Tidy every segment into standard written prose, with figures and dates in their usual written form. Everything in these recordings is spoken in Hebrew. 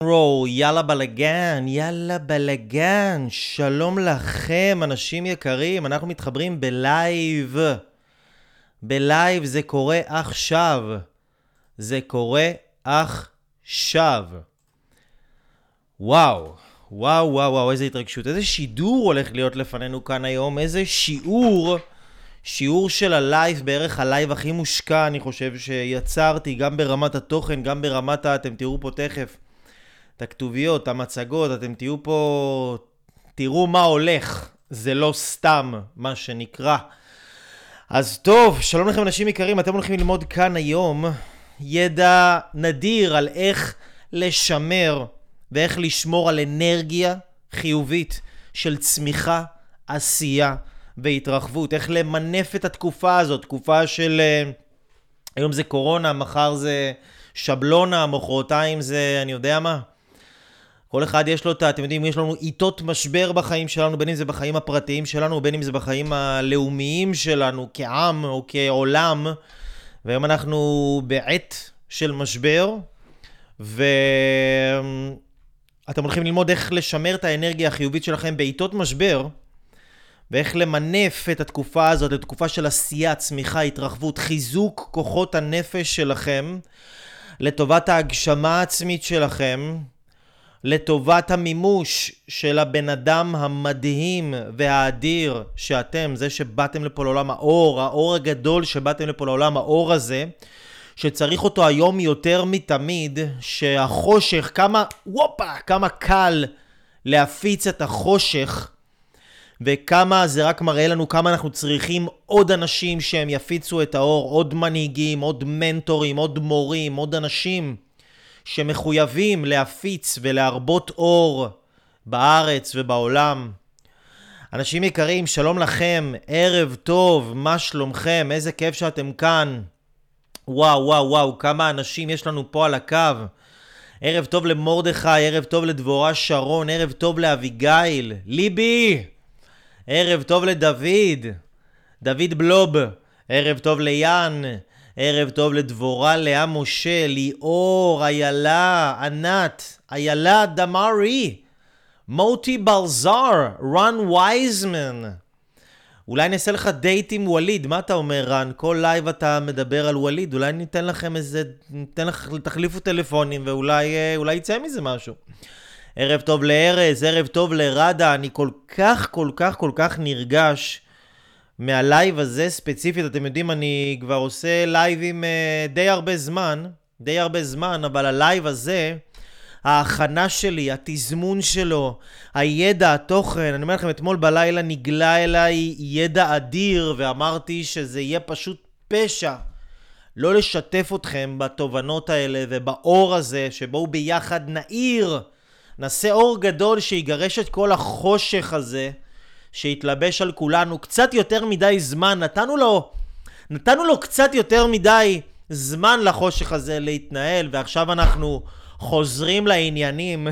יאללה בלגן, יאללה בלגן, שלום לכם אנשים יקרים, אנחנו מתחברים בלייב. בלייב זה קורה עכשיו. זה קורה עכשיו. וואו, וואו, וואו, וואו, איזה התרגשות, איזה שידור הולך להיות לפנינו כאן היום, איזה שיעור של הלייב, בערך הלייב הכי מושקע אני חושב שיצרתי, גם ברמת התוכן, גם ברמת אתם תראו פה תכף. את הכתוביות, המצגות, אתם תהיו פה, תראו מה הולך, זה לא סתם מה שנקרא. אז טוב, שלום לכם אנשים יקרים, אתם הולכים ללמוד כאן היום ידע נדיר על איך לשמר ואיך לשמור על אנרגיה חיובית של צמיחה, עשייה והתרחבות, איך למנף את התקופה הזאת, תקופה של היום זה קורונה, מחר זה שבלונה, מחרתיים זה אני יודע מה. כל אחד יש לו אתם יודעים, יש לנו עיתות משבר בחיים שלנו, בין אם זה בחיים הפרטיים שלנו, בין אם זה בחיים הלאומיים שלנו, כעם או כעולם, והיום אנחנו בעת של משבר, ואתם הולכים ללמוד איך לשמר את האנרגיה החיובית שלכם בעיתות משבר, ואיך למנף את התקופה הזאת, את התקופה של עשייה, צמיחה, התרחבות, חיזוק כוחות הנפש שלכם, לטובת ההגשמה העצמית שלכם, לטובת המימוש של הבן אדם המדהים והאדיר שאתם, זה שבאתם לפה לעולם האור הגדול שבאתם לפה לעולם האור הזה, שצריך אותו היום יותר מתמיד, שהחושך, כמה קל להפיץ את החושך, וכמה זה רק מראה לנו כמה אנחנו צריכים עוד אנשים שהם יפיצו את האור, עוד מנהיגים, עוד מנטורים, עוד מורים, עוד אנשים שמחויבים להפיץ ולהרבות אור בארץ ובעולם. אנשים יקרים, שלום לכם, ערב טוב, מה שלומכם, איזה כיף שאתם כאן. וואו וואו וואו, כמה אנשים יש לנו פה על הקו. ערב טוב למורדכי, ערב טוב לדבורה שרון, ערב טוב לאביגיל, ליבי, ערב טוב לדוד, דוד בלוב, ערב טוב ליאן, ערב טוב לדבורה, לאה משה, ליאור, איילה, ענת, איילה דמרי, מוטי בלזר, רן וייזמן. אולי נעשה לך דייט עם וליד, מה אתה אומר רן? כל לייב אתה מדבר על וליד, אולי ניתן לכם איזה, תחליפו טלפונים ואולי יצא מזה משהו. ערב טוב לארז, ערב טוב לרדה, אני כל כך נרגש מהלייב הזה ספציפית. אתם יודעים, אני כבר עושה לייבים די הרבה זמן, אבל הלייב הזה, ההכנה שלי, התזמון שלו, הידע, התוכן, אני אומר לכם, אתמול בלילה נגלה אליי ידע אדיר, ואמרתי שזה יהיה פשוט פשע לא לשתף אתכם בתובנות האלה ובאור הזה, שבואו ביחד נעשה אור גדול שיגרש את כל החושך הזה שהתלבש על כולנו. קצת יותר מדי זמן, נתנו לו קצת יותר מדי זמן לחושך הזה להתנהל, ועכשיו אנחנו חוזרים לעניינים,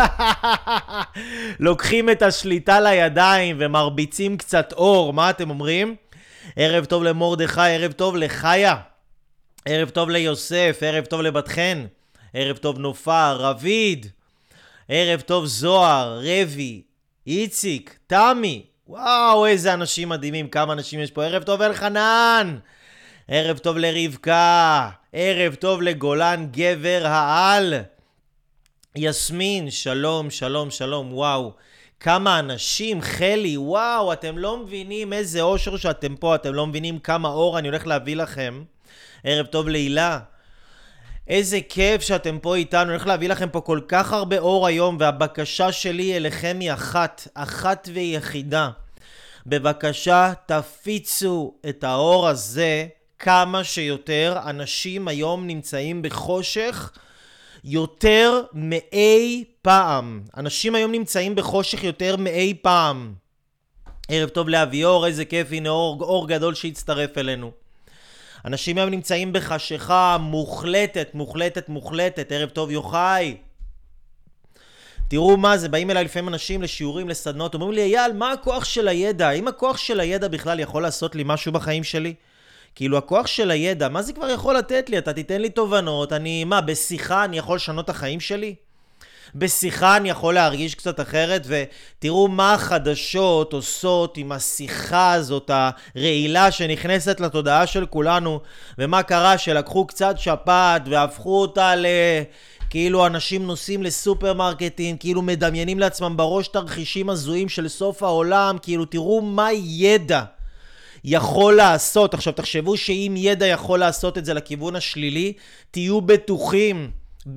לוקחים את השליטה לידיים ומרביצים קצת אור. מה אתם אומרים? ערב טוב למורדכי, ערב טוב לחיה, ערב טוב ליוסף, ערב טוב לבת חן, ערב טוב נופר, רביד, ערב טוב זוהר, רבי, איציק, תמי, וואו איזה אנשים מדהימים, כמה אנשים יש פה. ערב טוב אלחנן, ערב טוב לרבקה, ערב טוב לגולן גבר העל, יסמין, שלום שלום שלום, וואו כמה אנשים, חלי, וואו אתם לא מבינים איזה אושר שאתם פה, אתם לא מבינים כמה אור אני הולך להביא לכם. ערב טוב לילה, איזה כיף שאתם פה איתנו, אני הולך להביא לכם פה כל כך הרבה אור היום, והבקשה שלי אליכם היא אחת ויחידה. בבקשה תפיצו את האור הזה כמה שיותר. אנשים היום נמצאים בחושך יותר מאי פעם. אנשים היום נמצאים בחושך יותר מאי פעם. ערב טוב לאביור, איזה כיף, הנה אור גדול שהצטרף אלינו. אנשים היום נמצאים בחשיכה מוחלטת. ערב טוב יוחאי. תראו מה זה, באים אליי לפעמים אנשים לשיעורים, לסדנות, אומרים לי, אייל, מה הכוח של הידע? האם הכוח של הידע בכלל יכול לעשות לי משהו בחיים שלי? כאילו הכוח של הידע, מה זה כבר יכול לתת לי? אתה תיתן לי תובנות, בשיחה אני יכול לשנות את החיים שלי? בשיחה אני יכול להרגיש קצת אחרת, ותראו מה החדשות עושות עם השיחה הזאת, הרעילה שנכנסת לתודעה של כולנו, ומה קרה שלקחו קצת שפעת והפכו אותה כאילו אנשים נוסעים לסופרמרקטים, כאילו מדמיינים לעצמם בראש תרחישים הזויים של סוף העולם, כאילו תראו מה ידע יכול לעשות. עכשיו תחשבו שאם ידע יכול לעשות את זה לכיוון השלילי, תהיו בטוחים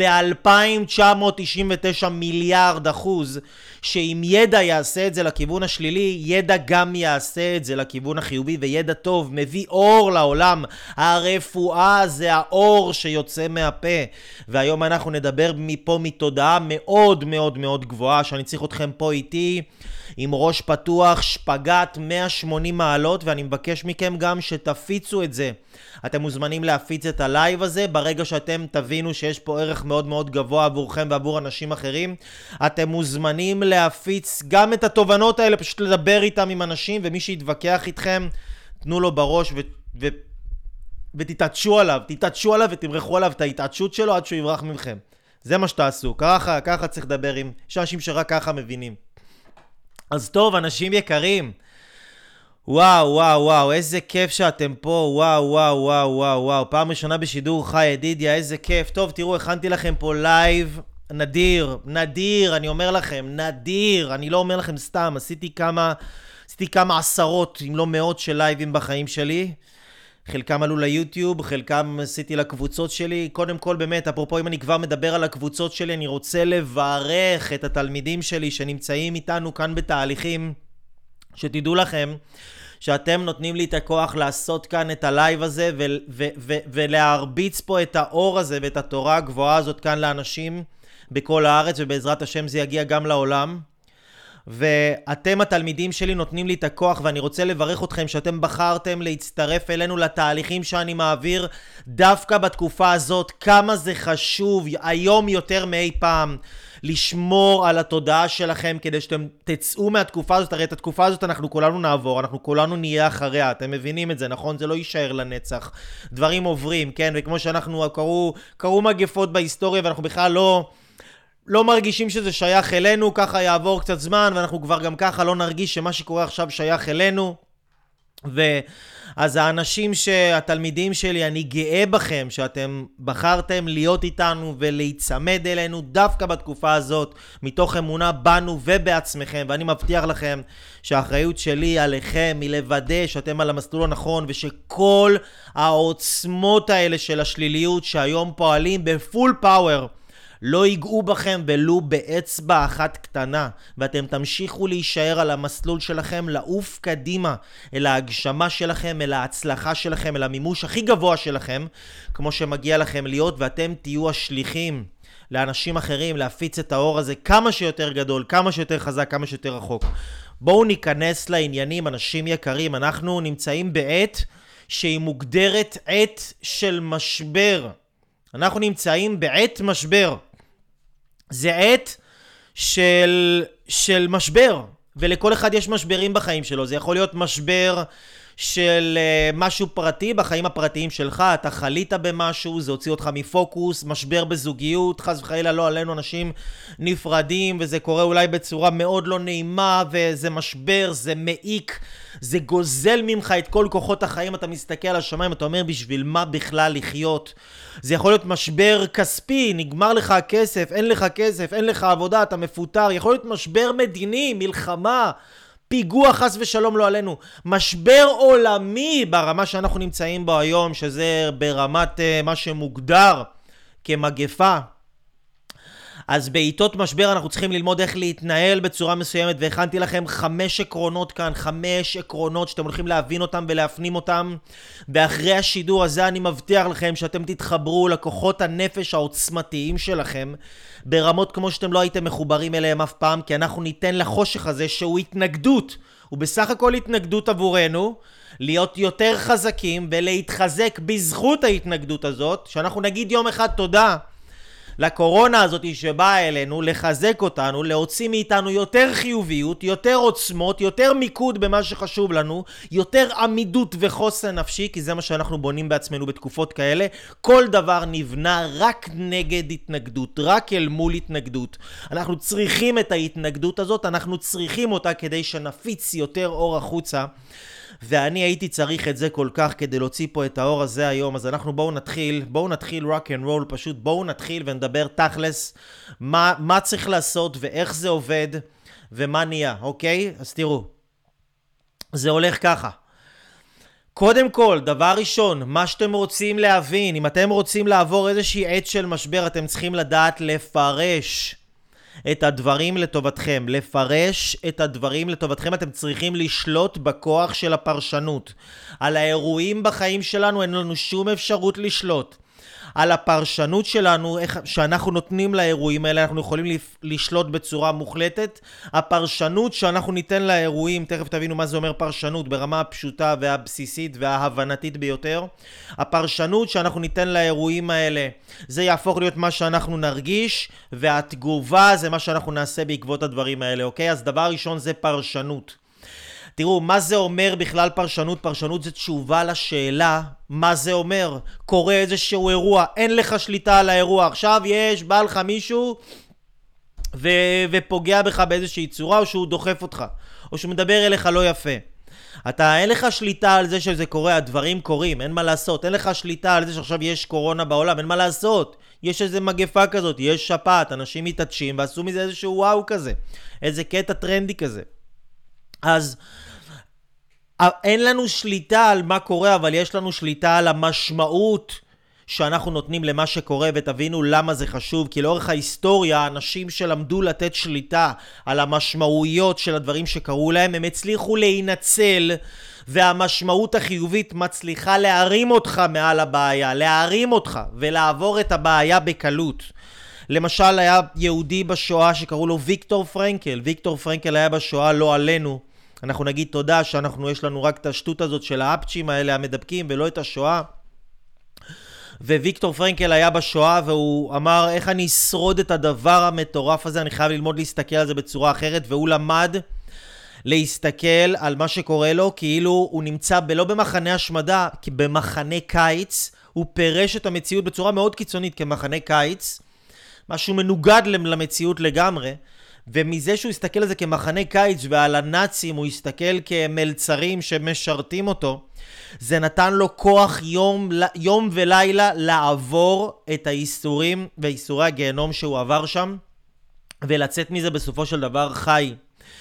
ב-2999 מיליארד אחוז שאם ידע יעשה את זה לכיוון השלילי, ידע גם יעשה את זה לכיוון החיובי, וידע טוב מביא אור לעולם. הרפואה זה האור שיוצא מהפה, והיום אנחנו נדבר מפה מתודעה מאוד מאוד מאוד גבוהה, שאני צריך אתכם פה איתי עם ראש פתוח, שפגת 180 מעלות, ואני מבקש מכם גם שתפיצו את זה. אתם מוזמנים להפיץ את הלייב הזה, ברגע שאתם תבינו שיש פה ערך מאוד מאוד גבוה עבורכם ועבור אנשים אחרים, אתם מוזמנים להפיץ גם את התובנות האלה, פשוט לדבר איתם עם אנשים, ומי שיתווכח איתכם, תנו לו בראש ותתעטשו עליו, ותמרחו עליו את ההתעטשות שלו עד שהוא יברח ממכם. זה מה שתעשו, ככה צריך לדבר עם, יש אנשים שרק ככה מבינים. אז טוב, אנשים יקרים, וואו, איזה כיף שאתם פה, וואו, פעם ראשונה בשידור חי, ידידיה, איזה כיף. טוב, תראו, הכנתי לכם פה לייב נדיר, אני אומר לכם, נדיר, אני לא אומר לכם סתם, עשיתי כמה עשרות, אם לא מאות של לייבים בחיים שלי, חלקם עלו ליוטיוב, חלקם עשיתי לקבוצות שלי. קודם כל באמת, אפרופו אם אני כבר מדבר על הקבוצות שלי, אני רוצה לברך את התלמידים שלי שנמצאים איתנו כאן בתהליכים, שתדעו לכם שאתם נותנים לי את הכוח לעשות כאן את הלייב הזה ולהרביץ פה את האור הזה ואת התורה הגבוהה הזאת כאן לאנשים בכל הארץ, ובעזרת השם זה יגיע גם לעולם. ואתם התלמידים שלי נותנים לי את הכוח, ואני רוצה לברך אתכם שאתם בחרתם להצטרף אלינו לתהליכים שאני מעביר דווקא בתקופה הזאת. כמה זה חשוב היום יותר מאי פעם לשמור על התודעה שלכם כדי שאתם תצאו מהתקופה הזאת. הרי את התקופה הזאת אנחנו כולנו נעבור, אנחנו כולנו נהיה אחריה, אתם מבינים את זה, נכון? זה לא יישאר לנצח, דברים עוברים, כן? וכמו שאנחנו קרו מגפות בהיסטוריה ואנחנו בכלל לא מרגישים שזה שייך אלינו, ככה יעבור קצת זמן ואנחנו כבר גם ככה לא נרגיש שמה שקורה עכשיו שייך אלינו. אז האנשים התלמידים שלי, אני גאה בכם שאתם בחרתם להיות איתנו ולהיצמד אלינו דווקא בתקופה הזאת, מתוך אמונה בנו ובעצמכם, ואני מבטיח לכם שהאחריות שלי עליכם היא לוודא שאתם על המסלול הנכון, ושכל העוצמות האלה של השליליות שהיום פועלים בפול פאוור לא ייגעו בכם ולו באצבע אחת קטנה, ואתם תמשיכו להישאר על המסלול שלכם, לעוף קדימה אל ההגשמה שלכם, אל ההצלחה שלכם, אל המימוש הכי גבוה שלכם, כמו שמגיע לכם להיות, ואתם תהיו השליחים לאנשים אחרים, להפיץ את האור הזה כמה שיותר גדול, כמה שיותר חזק, כמה שיותר רחוק. בואו ניכנס לעניינים, אנשים יקרים. אנחנו נמצאים בעת שהיא מוגדרת עת של משבר. אנחנו נמצאים בעת משבר. זה עת של משבר, ולכל אחד יש משברים בחיים שלו. זה יכול להיות משבר של משהו פרטי, בחיים הפרטיים שלך, אתה חלית במשהו, זה הוציא אותך מפוקוס, משבר בזוגיות, חס וחלילה לא עלינו, אנשים נפרדים, וזה קורה אולי בצורה מאוד לא נעימה, וזה משבר, זה מעיק, זה גוזל ממך את כל כוחות החיים, אתה מסתכל על השמיים, אתה אומר בשביל מה בכלל לחיות. זה יכול להיות משבר כספי, נגמר לך הכסף, אין לך כסף, אין לך עבודה, אתה מפוטר, יכול להיות משבר מדיני, מלחמה, פיגוע חס ושלום לא עלינו, משבר עולמי ברמה שאנחנו נמצאים בו היום, שזה ברמת מה שמוגדר כמגפה. אז בעיתות משבר אנחנו צריכים ללמוד איך להתנהל בצורה מסוימת, והכנתי לכם 5 עקרונות כאן, 5 עקרונות שאתם הולכים להבין אותם ולהפנים אותם, ואחרי השידור הזה אני מבטיח לכם שאתם תתחברו לכוחות הנפש העוצמתיים שלכם, ברמות כמו שאתם לא הייתם מחוברים אליהם אף פעם, כי אנחנו ניתן לחושך הזה שהוא התנגדות, הוא בסך הכל התנגדות עבורנו, להיות יותר חזקים ולהתחזק בזכות ההתנגדות הזאת, שאנחנו נגיד יום אחד תודה לקורונה הזאת שבאה אלינו, לחזק אותנו, להוציא מאיתנו יותר חיוביות, יותר עוצמות, יותר מיקוד במה שחשוב לנו, יותר עמידות וחוסן נפשי, כי זה מה שאנחנו בונים בעצמנו בתקופות כאלה. כל דבר נבנה רק נגד התנגדות, רק אל מול התנגדות. אנחנו צריכים את ההתנגדות הזאת, אנחנו צריכים אותה כדי שנפיץ יותר אור החוצה. ואני הייתי צריך את זה כל כך כדי להוציא פה את האור הזה היום. אז אנחנו בואו נתחיל רוק אנד רול, פשוט בואו נתחיל ונדבר תכלס מה צריך לעשות ואיך זה עובד ומה נהיה, אוקיי? אז תראו, זה הולך ככה. קודם כל, דבר ראשון, מה שאתם רוצים להבין, אם אתם רוצים לעבור איזושהי עת של משבר, אתם צריכים לדעת לפרש את הדברים לטובתכם. לפרש את הדברים לטובתכם, אתם צריכים לשלוט בכוח של הפרשנות. על האירועים בחיים שלנו אין לנו שום אפשרות לשלוט. על הפרשנות שלנו, שאנחנו נותנים לאירועים האלה, אנחנו יכולים לשלוט בצורה מוחלטת. הפרשנות שאנחנו ניתן לאירועים, תכף תבינו מה זה אומר פרשנות, ברמה הפשוטה והבסיסית וההבנתית ביותר. הפרשנות שאנחנו ניתן לאירועים האלה, זה יהפוך להיות מה שאנחנו נרגיש, והתגובה זה מה שאנחנו נעשה בעקבות הדברים האלה, אוקיי? אז דבר ראשון זה פרשנות. תראו, מה זה אומר בכלל פרשנות? פרשנות זה תשובה לשאלה, מה זה אומר? קורה איזשהו אירוע, אין לך שליטה על האירוע. עכשיו בא לך מישהו ופוגע בך באיזושהי צורה, או שהוא דוחף אותך, או שהוא מדבר אליך לא יפה. אין לך שליטה על זה שזה קורה, הדברים קורים, אין מה לעשות. אין לך שליטה על זה שעכשיו יש קורונה בעולם, אין מה לעשות. יש איזה מגפה כזאת, יש שפעת, אנשים מתעטשים ועשו מזה איזשהו וואו כזה, איזה קטע טרנדי כזה. אז אין לנו שליטה על מה קורה, אבל יש לנו שליטה על המשמעות שאנחנו נותנים למה שקורה, ותבינו למה זה חשוב. כי לאורך ההיסטוריה, אנשים שלמדו לתת שליטה על המשמעויות של הדברים שקרו להם, הם הצליחו להינצל, והמשמעות החיובית מצליחה להרים אותך מעל הבעיה, להרים אותך ולעבור את הבעיה בקלות. למשל, היה יהודי בשואה שקראו לו ויקטור פרנקל. ויקטור פרנקל היה בשואה, לא עלינו. אנחנו נגיד תודה יש לנו רק את השטות הזאת של האפצ'ים האלה המדבקים ולא את השואה. וויקטור פרנקל היה בשואה והוא אמר, איך אני אשרוד את הדבר המטורף הזה? אני חייב ללמוד להסתכל על זה בצורה אחרת. והוא למד להסתכל על מה שקורה לו כאילו הוא נמצא לא במחנה השמדה, כי במחנה קיץ. הוא פירש את המציאות בצורה מאוד קיצונית כמחנה קיץ, משהו מנוגד למציאות לגמרי. ומזה שהוא הסתכל על זה כמחנה קיץ ועל הנאצים הוא הסתכל כמלצרים שמשרתים אותו, זה נתן לו כוח יום ולילה לעבור את האיסורים ואיסורי הגיהנום שהוא עבר שם, ולצאת מזה בסופו של דבר חי.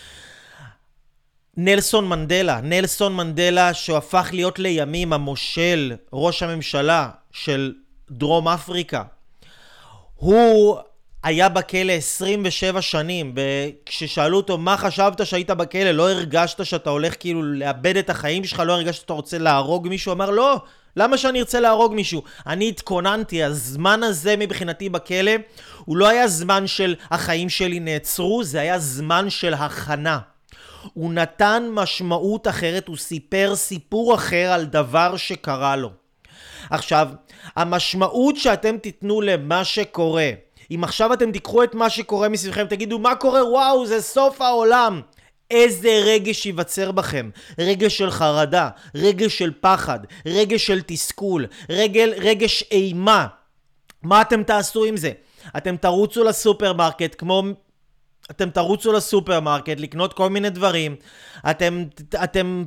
נלסון מנדלה שהפך להיות לימים המושל, ראש הממשלה של דרום אפריקה, הוא היה בכלא 27 שנים, וכששאלו אותו מה חשבת שהיית בכלא, לא הרגשת שאתה הולך כאילו לאבד את החיים שלך, לא הרגשת שאתה רוצה להרוג מישהו? אמר לא, למה שאני ארצה להרוג מישהו? אני התכוננתי, הזמן הזה מבחינתי בכלא, הוא לא היה זמן של החיים שלי נעצרו, זה היה זמן של הכנה. הוא נתן משמעות אחרת, הוא סיפר סיפור אחר על דבר שקרה לו. עכשיו, המשמעות שאתם תיתנו למה שקורה, אם עכשיו אתם תיקחו את מה שקורה מסביבכם, תגידו מה קורה, וואו זה סוף העולם, איזה רגש ייווצר בכם? רגש של חרדה, רגש של פחד, רגש של תסכול, רגש אימה. מה אתם תעשו עם זה? אתם תרוצו לסופרמרקט לקנות כל מיני דברים, אתם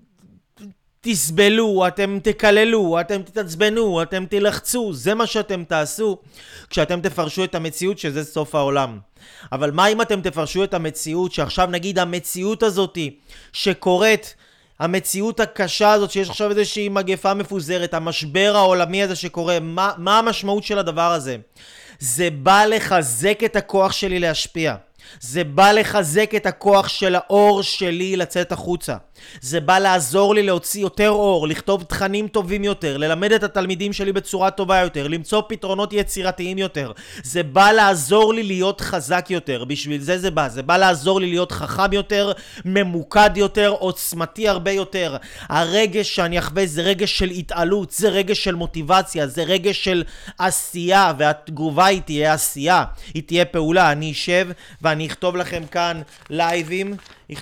תסבלו, אתם תקללו, אתם תתעצבנו, אתם תלחצו. זה מה שאתם תעשו כשאתם תפרשו את המציאות שזה סוף העולם. אבל מה אם אתם תפרשו את המציאות שעכשיו נגיד המציאות הזאת שקורית, המציאות הקשה הזאת שיש עכשיו איזושהי מגפה מפוזרת, המשבר העולמי הזה שקורה, מה המשמעות של הדבר הזה? זה בא לחזק את הכוח שלי להשפיע. זה בא לחזק את הכוח של האור שלי לצאת החוצה. זה בא לעזור לי להוציא יותר אור, לכתוב תכנים טובים יותר, ללמד את התלמידים שלי בצורה טובה יותר, למצוא פתרונות יצירתיים יותר. זה בא לעזור לי להיות חזק יותר, בשביל זה בא. זה בא לעזור לי להיות חכם יותר, ממוקד יותר, עוצמתי הרבה יותר. הרגש שאני אחווה זה רגש של התעלות, זה רגש של מוטיבציה, זה רגש של עשייה, והתגובה היא תהיה עשייה, היא תהיה פעולה. אני אשב ואני אכתוב לכם כאן לייבים,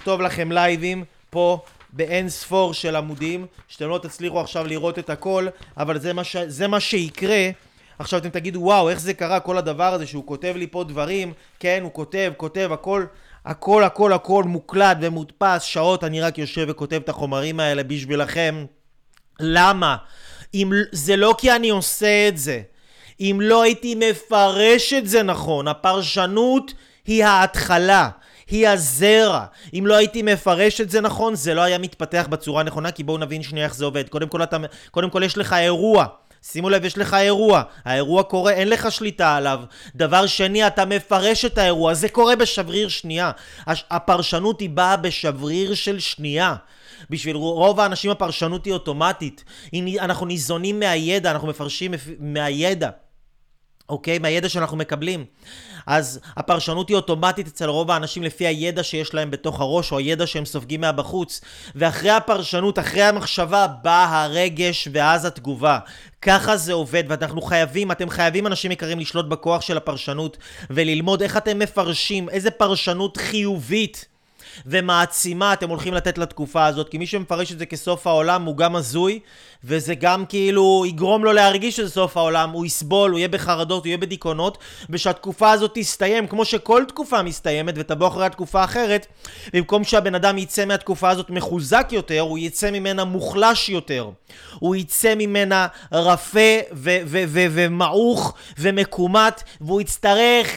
פה באין ספור של עמודים, שאתם לא תצליחו עכשיו לראות את הכל, אבל זה מה שיקרה. עכשיו אתם תגידו, וואו, איך זה קרה כל הדבר הזה שהוא כותב לי פה דברים? כן, הוא כותב, הכל מוקלט ומודפס, שעות אני רק יושב וכותב את החומרים האלה בשבילכם. למה? זה לא כי אני עושה את זה. אם לא הייתי מפרש את זה נכון, הפרשנות היא ההתחלה. היא הזרע. אם לא הייתי מפרש את זה נכון, זה לא היה מתפתח בצורה נכונה, כי בואו נבין שנייה איך זה עובד. קודם כל יש לך אירוע. שימו לב, יש לך אירוע. האירוע קורה, אין לך שליטה עליו. דבר שני, אתה מפרש את האירוע. זה קורה בשבריר שנייה. הפרשנות היא באה בשבריר של שנייה. בשביל רוב האנשים הפרשנות היא אוטומטית. אנחנו ניזונים מהידע, אנחנו מפרשים מהידע. אוקיי? מהידע שאנחנו מקבלים. אז הפרשנות היא אוטומטית אצל רוב האנשים לפי הידע שיש להם בתוך הראש, או הידע שהם סופגים מהבחוץ. ואחרי הפרשנות, אחרי המחשבה, בא הרגש ואז התגובה. ככה זה עובד, אתם חייבים אנשים יקרים לשלוט בכוח של הפרשנות, וללמוד איך אתם מפרשים, איזה פרשנות חיובית ומעצימה אתם הולכים לתת לתקופה הזאת, כי מי שמפרש את זה כסוף העולם הוא גם הזוי, וזה גם כאילו יגרום לו להרגיש שזה סוף העולם, הוא יסבול, הוא יהיה בחרדות, הוא יהיה בדיכאונות, ושהתקופה הזאת תסתיים, כמו שכל תקופה מסתיימת ותבוא אחרי התקופה אחרת, במקום שהבן אדם יצא מהתקופה הזאת מחוזק יותר, הוא יצא ממנה מוחלש יותר, הוא יצא ממנה רפה ומעוך ומקומט, והוא יצטרך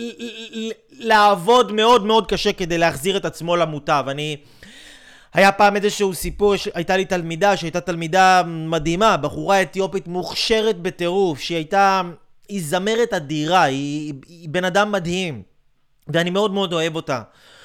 לעבוד מאוד מאוד קשה כדי להחזיר את עצמו למוטב. היה פעם איזשהו סיפור, הייתה לי תלמידה שהייתה תלמידה מדהימה, בחורה אתיופית מוכשרת בטירוף, היא זמרת אדירה, היא בן אדם מדהים, ואני מאוד מאוד אוהב אותה,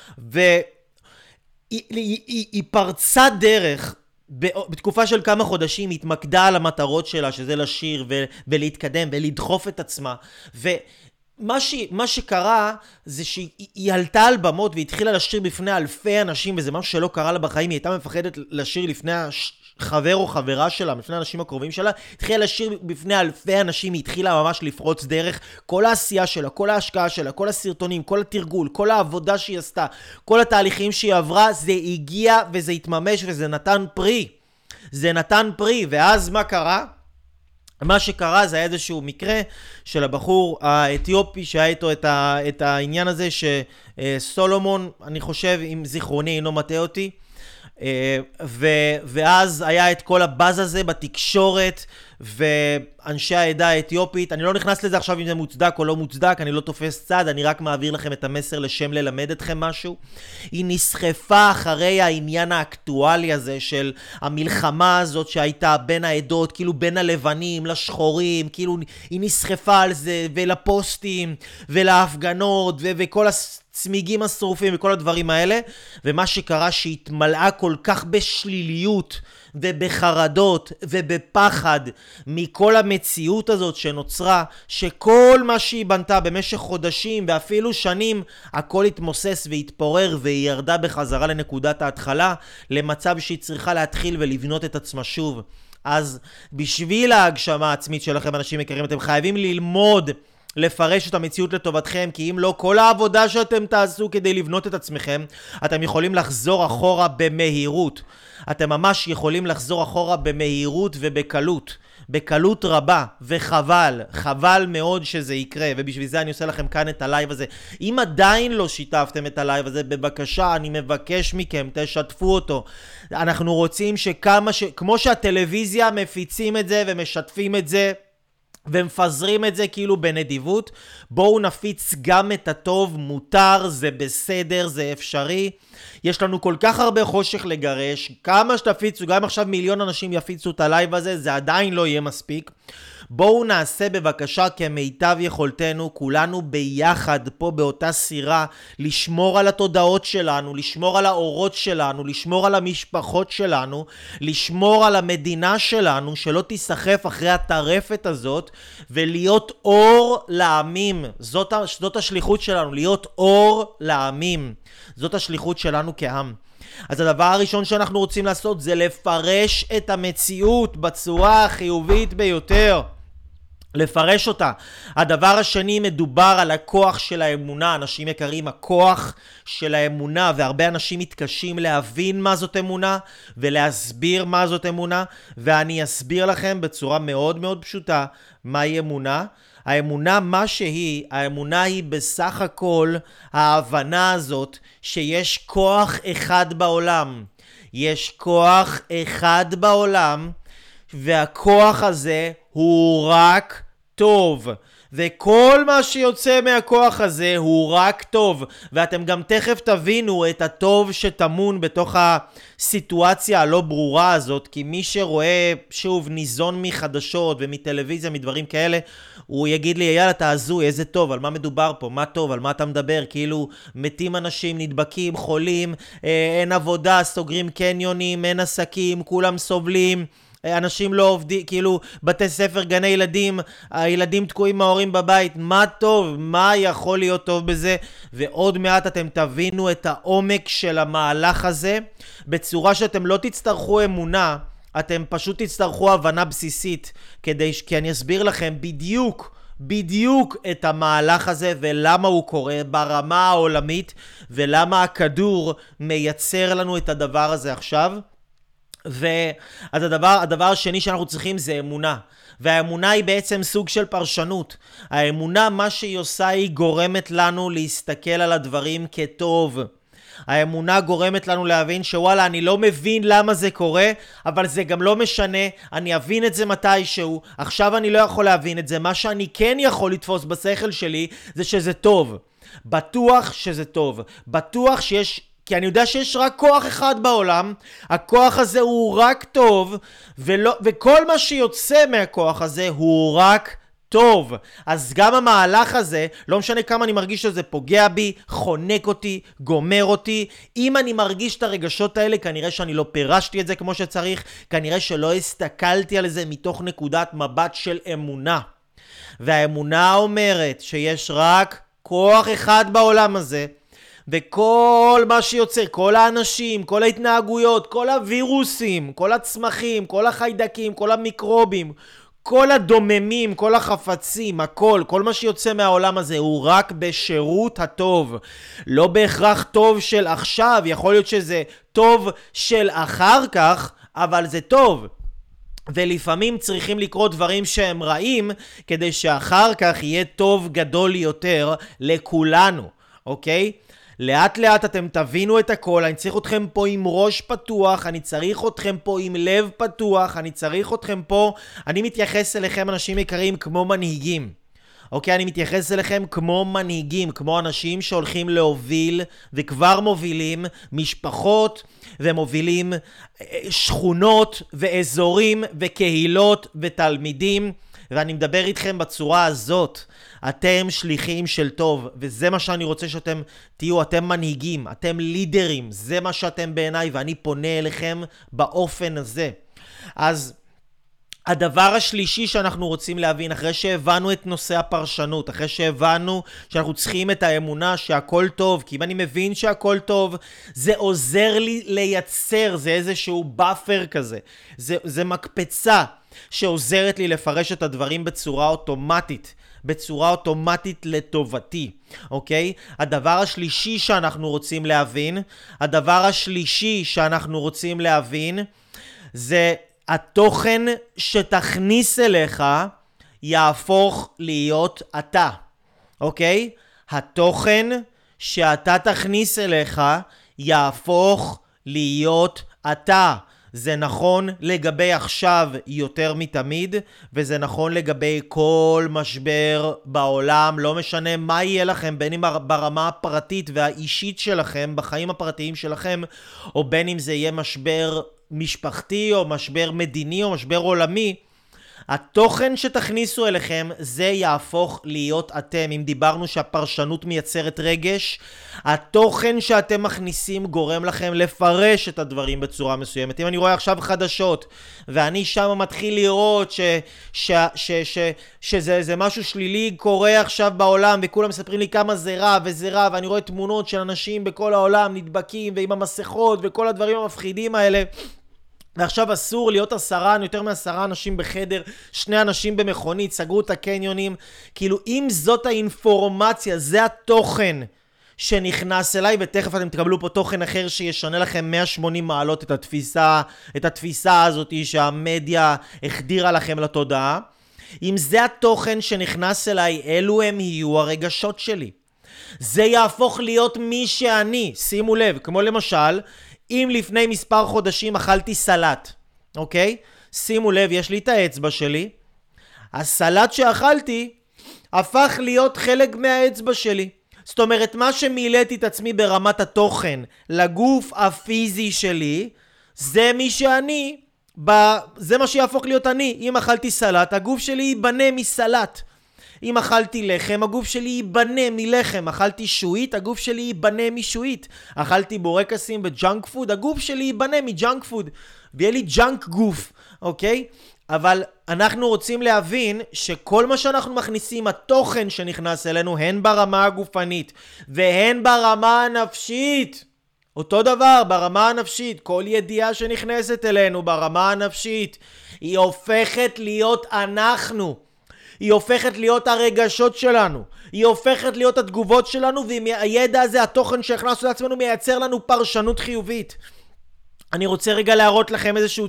והיא פרצה דרך, בתקופה של כמה חודשים היא התמקדה על המטרות שלה, שזה לשיר ולהתקדם ולדחוף את עצמה, מה שקרה זה שהיא עלתה על במות והתחילה לשיר בפני אלפי אנשים, וזה משהו שלא קרה לה בחיים. היא הייתה מפחדת לשיר לפני חבר או חברה שלה, לפני האנשים הקרובים שלה, התחילה לשיר בפני אלפי אנשים, היא התחילה ממש לפרוץ דרך. כל העשייה שלה, כל ההשקעה שלה, כל הסרטונים, כל התרגול, כל העבודה שהיא עשתה, כל התהליכים שהיא עברה, זה הגיע וזה התממש וזה נתן פרי. ואז מה קרה? מה שקרה זה היה איזשהו מקרה של הבחור האתיופי שהיה איתו את העניין הזה שסולומון, אני חושב, אם זיכרוני אינו מטעה אותי, ואז היה את כל הבאז הזה בתקשורת ואנשי העדה האתיופית. אני לא נכנס לזה עכשיו אם זה מוצדק או לא מוצדק, אני לא תופס צד, אני רק מעביר לכם את המסר לשם ללמד אתכם משהו. היא נסחפה אחרי העניין האקטואלי הזה של המלחמה הזאת שהייתה בין העדות, כאילו בין הלבנים לשחורים, כאילו היא נסחפה על זה ולפוסטים ולהפגנות וכל צמיגים השרופים וכל הדברים האלה, ומה שקרה שהתמלאה כל כך בשליליות ובחרדות ובפחד מכל המציאות הזאת שנוצרה, שכל מה שהיא בנתה במשך חודשים ואפילו שנים, הכל התמוסס והתפורר, והיא ירדה בחזרה לנקודת ההתחלה, למצב שהיא צריכה להתחיל ולבנות את עצמה שוב. אז בשביל ההגשמה העצמית שלכם, אנשים יקרים, אתם חייבים ללמוד לפרש את המציאות לטובתכם, כי אם לא, כל העבודה שאתם תעשו כדי לבנות את עצמכם, אתם יכולים לחזור אחורה במהירות. אתם ממש יכולים לחזור אחורה במהירות ובקלות. בקלות רבה, וחבל, חבל מאוד שזה יקרה, ובשביל זה אני עושה לכם כאן את הלייב הזה. אם עדיין לא שיתפתם את הלייב הזה, בבקשה, אני מבקש מכם, תשתפו אותו. אנחנו רוצים כמו שהטלוויזיה מפיצים את זה ומשתפים את זה, ומפזרים את זה כאילו בנדיבות, בואו נפיץ גם את הטוב. מותר, זה בסדר, זה אפשרי. יש לנו כל כך הרבה חושך לגרש, כמה שתפיצו, גם עכשיו 1,000,000 אנשים יפיצו את הלייב הזה, זה עדיין לא יהיה מספיק. בואו נעשה בבקשה כמיטב יכולתנו, כולנו ביחד פה באותה סירה, לשמור על התודעות שלנו, לשמור על האורות שלנו, לשמור על המשפחות שלנו, לשמור על המדינה שלנו, שלא תיסחף אחרי הטרפת הזאת, ולהיות אור לעמים. זאת השליחות שלנו, להיות אור לעמים. זאת השליחות שלנו כעם. אז הדבר הראשון שאנחנו רוצים לעשות זה לפרש את המציאות בצורה החיובית ביותר. לפרש אותה. הדבר השני, מדובר על הכוח של האמונה. אנשים יקרים, הכוח של האמונה, והרבה אנשים מתקשים להבין מה זאת אמונה ולהסביר מה זאת אמונה, ואני אסביר לכם בצורה מאוד מאוד פשוטה מהי אמונה. האמונה, מה שהיא, האמונה היא בסך הכל ההבנה הזאת שיש כוח אחד בעולם. יש כוח אחד בעולם, והכוח הזה הוא רק טוב. וכל מה שיוצא מהכוח הזה הוא רק טוב. ואתם גם תכף תבינו את הטוב שטמון בתוך הסיטואציה הלא ברורה הזאת. כי מי שרואה, שוב, ניזון מחדשות ומטלוויזיה, מדברים כאלה, הוא יגיד לי, יאללה, תעזוי, איזה טוב, על מה מדובר פה, מה טוב, על מה אתה מדבר? כאילו, מתים אנשים, נדבקים, חולים, אין עבודה, סוגרים קניונים, אין עסקים, כולם סובלים. אנשים לא עובדים, כאילו בתי ספר, גני ילדים, הילדים תקועים מההורים בבית. מה טוב? מה יכול להיות טוב בזה? ועוד מעט אתם תבינו את העומק של המהלך הזה בצורה שאתם לא תצטרכו אמונה, אתם פשוט תצטרכו הבנה בסיסית, כי אני אסביר לכם בדיוק את המהלך הזה ולמה הוא קורה ברמה העולמית, ולמה הכדור מייצר לנו את הדבר הזה עכשיו. אז הדבר השני שאנחנו צריכים זה אמונה. והאמונה היא בעצם סוג של פרשנות. האמונה, מה שהיא עושה, היא גורמת לנו להסתכל על הדברים כטוב. האמונה גורמת לנו להבין שוואלה, אני לא מבין למה זה קורה, אבל זה גם לא משנה, אני אבין את זה מתישהו. עכשיו אני לא יכול להבין את זה. מה שאני כן יכול לתפוס בשכל שלי זה שזה טוב. בטוח שזה טוב. בטוח שיש, כי אני יודע שיש רק כוח אחד בעולם, הכוח הזה הוא רק טוב, וכל מה שיוצא מהכוח הזה הוא רק טוב. אז גם המהלך הזה, לא משנה כמה אני מרגיש שזה פוגע בי, חונק אותי, גומר אותי, אם אני מרגיש את הרגשות האלה, כנראה שאני לא פירשתי את זה כמו שצריך, כנראה שלא הסתכלתי על זה מתוך נקודת מבט של אמונה. והאמונה אומרת שיש רק כוח אחד בעולם הזה, וכל מה שיוצא, כל האנשים, כל ההתנהגויות, כל הווירוסים, כל הצמחים, כל החיידקים, כל המיקרובים, כל הדוממים, כל החפצים, כל מה שיוצא מהעולם הזה הוא רק בשירות הטוב. לא בהכרח טוב של עכשיו, יכול להיות שזה טוב של אחר כך, אבל זה טוב. ולפעמים צריכים לקרות דברים שהם רעים, כדי שאחר כך יהיה טוב גדול יותר לכולנו, אוקיי? לאט לאט אתם תבינו את הכל. אני צריך אתכם פה עם ראש פתוח, אני צריך אתכם פה עם לב פתוח, אני צריך אתכם פה, אני מתייחס אליכם אנשים יקרים כמו מנהיגים. אוקיי, אני מתייחס אליכם כמו מנהיגים, כמו אנשים שהולכים להוביל וכבר מובילים משפחות ומובילים שכונות ואזורים וקהילות ותלמידים, ואני מדבר איתכם בצורה הזאת. אתם שליחים של טוב, וזה מה שאני רוצה שאתם תהיו. אתם מנהיגים, אתם לידרים, זה מה שאתם בעיניי, ואני פונה אליכם באופן הזה. אז הדבר השלישי שאנחנו רוצים להבין, אחרי שהבנו את נושא הפרשנות, אחרי שהבנו שאנחנו צריכים את האמונה שהכל טוב, כי אם אני מבין שהכל טוב, זה עוזר לי לייצר, זה איזשהו באפר כזה, זה מקפצה שעוזרת לי לפרש את הדברים בצורה אוטומטית לטובתי, אוקיי? הדבר השלישי שאנחנו רוצים להבין, זה התוכן שתכניס אליך יהפוך להיות אתה, אוקיי? התוכן שאתה תכניס אליך יהפוך להיות אתה. זה נכון לגבי עכשיו יותר מתמיד, וזה נכון לגבי כל משבר בעולם. לא משנה מה יהיה לכם, בין אם ברמה הפרטית והאישית שלכם, בחיים הפרטיים שלכם, או בין אם זה יהיה משבר משפחתי, או משבר מדיני, או משבר עולמי. התוכן שתכניסו אליכם זה יהפוך להיות אתם. אם דיברנו שהפרשנות מייצרת רגש, התוכן שאתם מכניסים גורם לכם לפרש את הדברים בצורה מסוימת. אם אני רואה עכשיו חדשות ואני שם מתחיל לראות שזה משהו שלילי קורה עכשיו בעולם וכולם מספרים לי כמה זה רע וזה רע, ואני רואה תמונות של אנשים בכל העולם נדבקים ועם המסכות וכל הדברים המפחידים האלה, ועכשיו אסור להיות יותר מ10 אנשים בחדר, 2 אנשים במכונית, סגרו את הקניונים. כאילו אם זאת האינפורמציה, זה התוכן שנכנס אליי, ותכף אתם תקבלו פה תוכן אחר שישנה לכם 180 מעלות את התפיסה הזאת שהמדיה החדירה לכם לתודעה. אם זה התוכן שנכנס אליי, אלו הם יהיו הרגשות שלי. זה יהפוך להיות מי שאני. שימו לב, כמו למשל, אם לפני מספר חודשים אכלתי סלט, אוקיי? שימו לב, יש לי את האצבע שלי. הסלט שאכלתי הפך להיות חלק מהאצבע שלי. זאת אומרת, מה שמילאתי את עצמי ברמת התוכן לגוף הפיזי שלי, זה מי שאני, זה מה שיהפוך להיות אני. אם אכלתי סלט, הגוף שלי ייבנה מסלט. אם אכלתי לחם, הגוף שלי ייבנה מלחם. אכלתי שועית, הגוף שלי ייבנה משועית. אכלתי בורקסים וג'אנק פוד, הגוף שלי ייבנה מג'אנק פוד. ויהיה לי ג'אנק גוף, אוקיי? אבל אנחנו רוצים להבין שכל מה שאנחנו מכניסים, התוכן שנכנס אלינו, הן ברמה הגופנית והן ברמה הנפשית. אותו דבר, ברמה הנפשית, כל ידיעה שנכנסת אלינו ברמה הנפשית, היא הופכת להיות אנחנו. היא הופכת להיות הרגשות שלנו, היא הופכת להיות התגובות שלנו, והידע הזה, התוכן שהכנסנו לעצמנו, מייצר לנו פרשנות חיובית. אני רוצה רגע להראות לכם איזשהו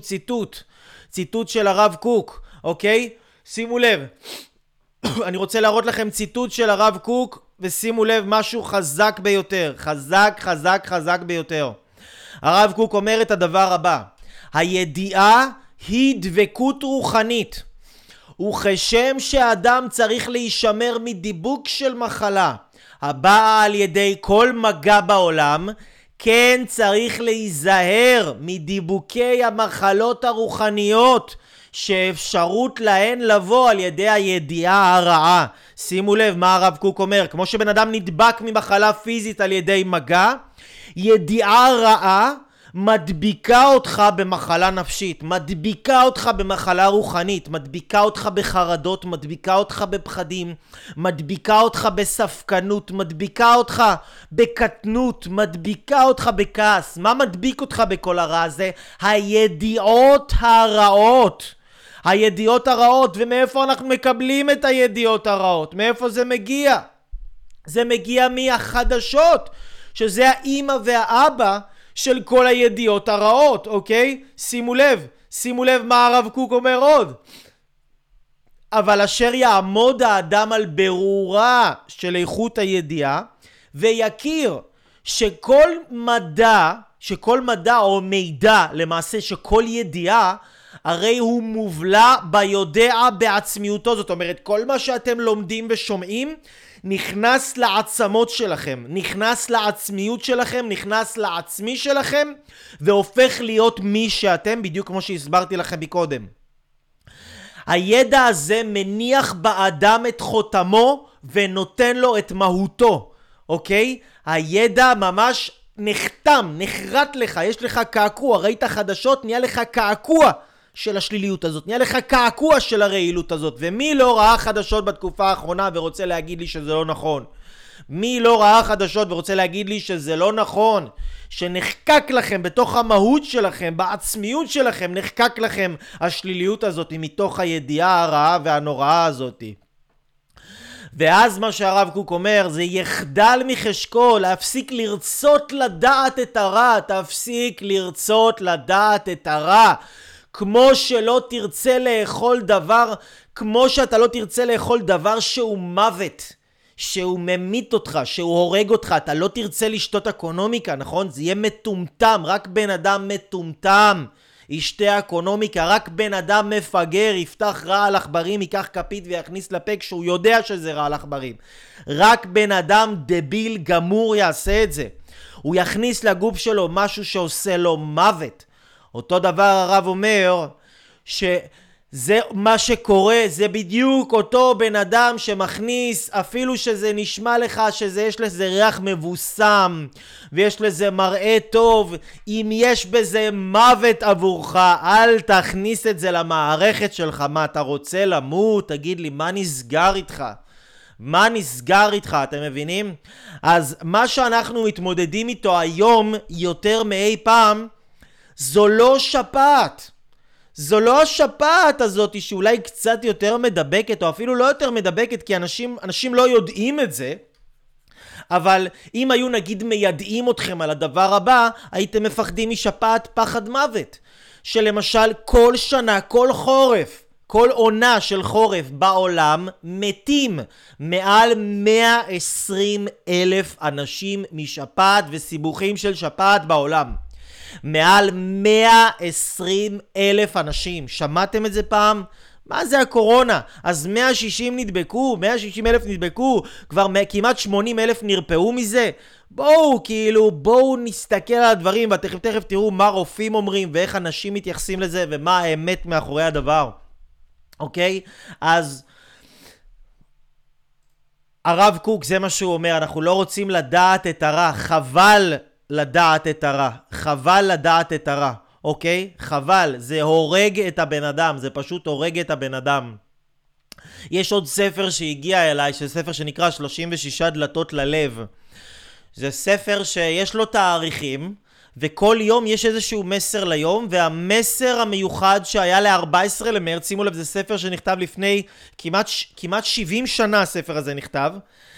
ציטוט של הרב קוק, אוקיי? שימו לב, אני רוצה להראות לכם ציטוט של הרב קוק, ושימו לב, משהו חזק ביותר, חזק ביותר. הרב קוק אומר את הדבר הבא: הידיעה היא דבקות רוחנית. וכשם שהאדם צריך להישמר מדיבוק של מחלה הבאה על ידי כל מגע בעולם, כן צריך להיזהר מדיבוקי המחלות הרוחניות שאפשרות להן לבוא על ידי הידיעה הרעה. שימו לב מה הרב קוק אומר, כמו שבן אדם נדבק ממחלה פיזית על ידי מגע, ידיעה רעה מדביקה אותך במחלה נפשית, מדביקה אותך במחלה רוחנית, מדביקה אותך בחרדות, מדביקה אותך בפחדים, מדביקה אותך בספקנות, מדביקה אותך בקטנות, מדביקה אותך בכעס. מה מדביק אותך בכל הרע הזה? הידיעות הרעות. הידיעות הרעות. ומאיפה אנחנו מקבלים את הידיעות הרעות? מאיפה זה מגיע? זה מגיע מהחדשות, שזה האמא והאבא של כל הידיעות הרעות, אוקיי? שימו לב מה הרב קוק אומר עוד. אבל אשר יעמוד האדם על ברורה של איכות הידיעה, ויכיר שכל מדע או מידע, למעשה שכל ידיעה, הרי הוא מובלע ביודע בעצמיותו. זאת אומרת, כל מה שאתם לומדים ושומעים, נכנס לעצמות שלכם, נכנס לעצמיות שלכם, נכנס לעצמי שלכם, והופך להיות מי שאתם, בדיוק כמו שהסברתי לכם מקודם. הידע הזה מניח באדם את חותמו ונותן לו את מהותו, אוקיי? הידע ממש נחרט לך, יש לך קעקוע, ראית חדשות, נהיה לך קעקוע של השליליות הזאת, נהיה לך קעקוע של הרעילות הזאת. ומי לא ראה חדשות בתקופה האחרונה ורוצה להגיד לי שזה לא נכון? מי לא ראה חדשות ורוצה להגיד לי שזה לא נכון? שנחקק לכם בתוך המהות שלכם, בעצמיות שלכם, נחקק לכם השליליות הזאת מתוך הידיעה הרעה והנוראה הזאת. ואז מה שהרב קוק אומר, זה יחדל מחשקו, להפסיק לרצות לדעת את הרע, תפסיק לרצות לדעת את הרע. כמו שלא תרצה לאכול דבר, כמו שאתה לא תרצה לאכול דבר שהוא מוות, שהוא ממית אותך, שהוא הורג אותך, אתה לא תרצה לשתות אקונומיקה, נכון? זה יהיה מטומטם, רק בן אדם מטומטם ישתה אקונומיקה, רק בן אדם מפגר יפתח רעל עכברים, ייקח כפית ויכניס לפה כשהוא יודע שזה רעל עכברים. רק בן אדם דביל גמור יעשה את זה. הוא יכניס לגוף שלו משהו שעושה לו מוות. אותו דבר הרב אומר שזה זה מה שקורה, זה בדיוק אותו בן אדם שמכניס, אפילו שזה נשמע לך שיש לזה ריח מבוסם ויש לזה מראה טוב, אם יש בזה מוות עבורך, אל תכניס את זה למערכת שלך. מה, אתה רוצה למות? תגיד לי, מה נסגר איתך? מה נסגר איתך, אתם מבינים? אז מה שאנחנו מתמודדים איתו היום יותר מאי פעם, זו לא שפעת. זו לא השפעת הזאת שאולי קצת יותר מדבקת, או אפילו לא יותר מדבקת, כי אנשים לא יודעים את זה. אבל אם היו נגיד מיידעים אתכם על הדבר הבא, הייתם מפחדים משפעת פחד מוות. שלמשל כל שנה, כל חורף, כל עונה של חורף בעולם מתים מעל 120,000 אנשים משפעת וסיבוכים של שפעת בעולם. מעל 120,000 אנשים. שמעתם את זה פעם? מה זה הקורונה? אז 160,000 נדבקו, כבר כמעט 80,000 נרפאו מזה. בואו נסתכל על הדברים, ותכף תראו מה רופאים אומרים ואיך אנשים מתייחסים לזה ומה האמת מאחורי הדבר. אוקיי? אז הרב קוק, זה מה שהוא אומר, אנחנו לא רוצים לדעת את הרע, חבל לדעת את הרע, חבל לדעת את הרע, אוקיי? חבל, זה הורג את הבן אדם, זה פשוט הורג את הבן אדם. יש עוד ספר שהגיע אליי, ספר שנקרא 36 דלתות ללב. זה ספר שיש לו תאריכים, וכל יום יש איזשהו מסר ליום, והמסר המיוחד שהיה ל-14 למרץ, שימו לב, זה ספר שנכתב לפני כמעט 70 שנה, הספר הזה נכתב.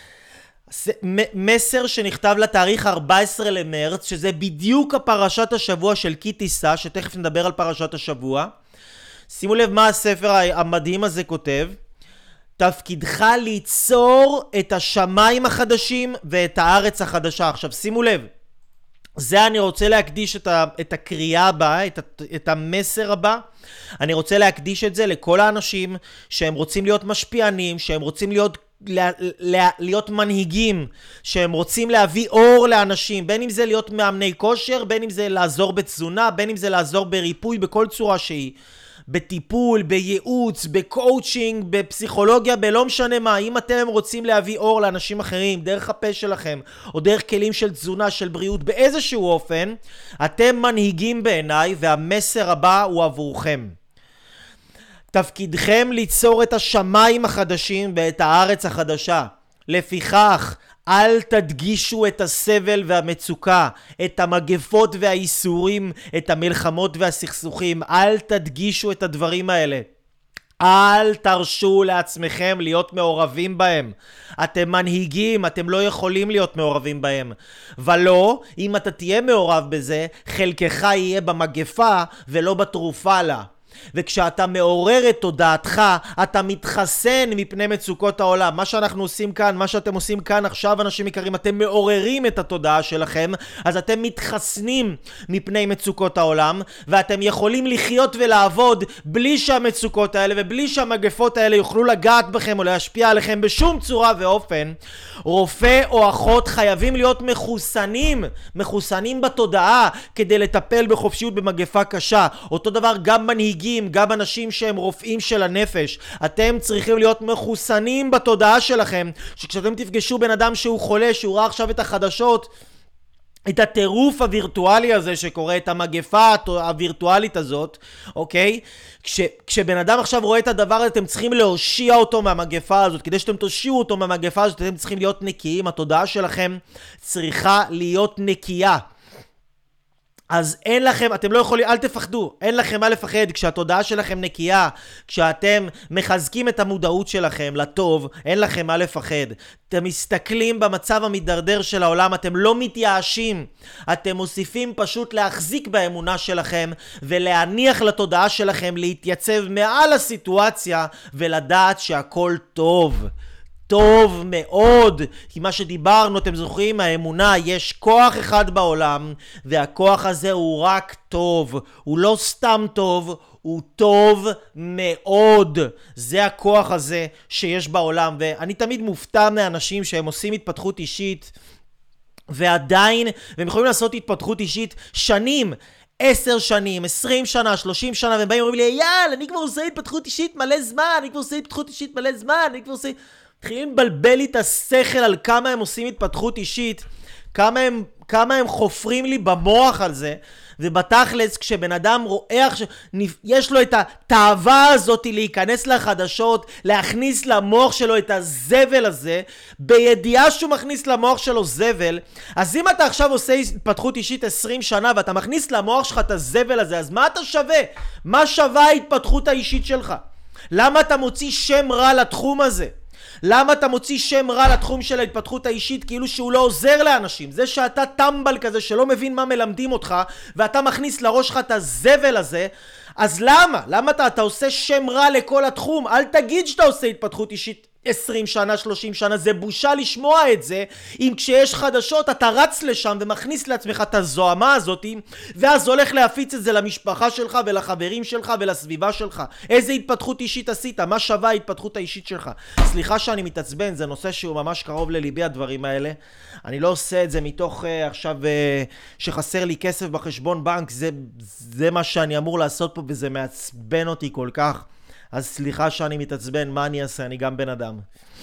מסר שנכתב לתאריך 14 למרץ, שזה בדיוק הפרשת השבוע של כי תישא, שתכף נדבר על פרשת השבוע. שימו לב מה הספר המדהים הזה כותב. תפקידך ליצור את השמיים החדשים ואת הארץ החדשה. עכשיו שימו לב, זה אני רוצה להקדיש את הקריאה הבאה, את המסר הבא. אני רוצה להקדיש את זה לכל האנשים שהם רוצים להיות משפיענים, שהם רוצים להיות מנהיגים, שהם רוצים להביא אור לאנשים, בין אם זה להיות מאמני כושר, בין אם זה לעזור בתזונה, בין אם זה לעזור בריפוי בכל צורה שהיא, בטיפול, בייעוץ, בקואוצ'ינג, בפסיכולוגיה, בלא משנה מה. אם אתם רוצים להביא אור לאנשים אחרים דרך הפה שלכם או דרך כלים של תזונה, של בריאות, באיזשהו אופן, אתם מנהיגים בעיניי, והמסר הבא הוא עבורכם. תפקידכם ליצור את השמיים החדשים ואת הארץ החדשה. לפיכך, אל תדגישו את הסבל והמצוקה, את המגפות והאיסורים, את המלחמות והסכסוכים. אל תדגישו את הדברים האלה. אל תרשו לעצמכם להיות מעורבים בהם. אתם מנהיגים, אתם לא יכולים להיות מעורבים בהם. ולא, אם אתה תהיה מעורב בזה, חלקך יהיה במגפה ולא בתרופה לה. וכשאתה מעורר את תודעתך, אתה מתחסן מפני מצוקות העולם. מה שאנחנו עושים כאן, מה שאתם עושים כאן עכשיו, אנשים יקרים, אתם מעוררים את התודעה שלכם, אז אתם מתחסנים מפני מצוקות העולם, ואתם יכולים לחיות ולעבוד בלי שהמצוקות האלה ובלי שהמגפות האלה יוכלו לגעת בכם או להשפיע עליכם בשום צורה ואופן. רופא או אחות חייבים להיות מחוסנים בתודעה כדי לטפל בחופשיות במגפה קשה. אותו דבר גם מנהיגים, גם אנשים שהם רופאים של הנפש. אתם צריכים להיות מחוסנים בתודעה שלכם, שכשאתם תפגשו בן אדם שהוא חולה, שהוא ראה עכשיו את החדשות, את הטירוף הווירטואלי הזה שקורה, את המגפה הווירטואלית הזאת, אוקיי? כשבן אדם עכשיו רואה את הדבר הזה, אתם צריכים להושיע אותו מהמגפה הזאת. כדי שאתם תושיעו אותו מהמגפה הזאת, אתם צריכים להיות נקיים. התודעה שלכם צריכה להיות נקייה. אז אין לכם, אתם לא יכולים, אל תפחדו, אין לכם מה לפחד. כשהתודעה שלכם נקייה, כשאתם מחזקים את המודעות שלכם לטוב, אין לכם מה לפחד. אתם מסתכלים במצב המתדרדר של העולם, אתם לא מתייאשים, אתם מוסיפים פשוט להחזיק באמונה שלכם, ולהניח לתודעה שלכם להתייצב מעל הסיטואציה, ולדעת שהכל טוב. טוב מאוד, כי מה שדיברנו, אתם זוכרים, האמונה, יש כוח אחד בעולם, והכוח הזה הוא רק טוב, הוא לא סתם טוב, הוא טוב מאוד. זה הכוח הזה שיש בעולם, ואני תמיד מופתע מאנשים שהם עושים התפתחות אישית, ועדיין, והם יכולים לעשות התפתחות אישית שנים, 10 שנים, 20 שנה, 30 שנה, והם באים ואומרים לי, יאללה, אני כבר עושה התפתחות אישית מלא זמן, מתחילים לבלבל לי את השכל על כמה הם עושים התפתחות אישית, כמה הם חופרים לי במוח על זה, ובתכלס כשבן אדם רואה יש לו את התאווה הזאת להיכנס לחדשות, להכניס למוח שלו את הזבל הזה, בידיעה שהוא מכניס למוח שלו זבל, אז אם אתה עכשיו עושה התפתחות אישית 20 שנה ואתה מכניס למוח שלך את הזבל הזה, אז מה אתה שווה? מה שווה ההתפתחות האישית שלך? למה אתה מוציא שם רע לתחום הזה? למה אתה מוציא שם רע לתחום של ההתפתחות האישית כאילו שהוא לא עוזר לאנשים? זה שאתה טמבל כזה שלא מבין מה מלמדים אותך ואתה מכניס לראש שלך את הזבל הזה, אז למה? למה אתה עושה שם רע לכל התחום? אל תגיד שאתה עושה התפתחות אישית 20 שנה, 30 שנה, זה בושה לשמוע את זה. אם כשיש חדשות אתה רץ לשם ומכניס לעצמך את הזוהמה הזאת, ואז הולך להפיץ את זה למשפחה שלך ולחברים שלך ולסביבה שלך. איזה התפתחות אישית עשית? מה שווה ההתפתחות האישית שלך? סליחה שאני מתעצבן, זה נושא שהוא ממש קרוב לליבי הדברים האלה. אני לא עושה את זה מתוך עכשיו שחסר לי כסף בחשבון בנק, זה מה שאני אמור לעשות פה וזה מעצבן אותי כל כך. אז סליחה שאני מתעצבן, מה אני אעשה? אני גם בן אדם.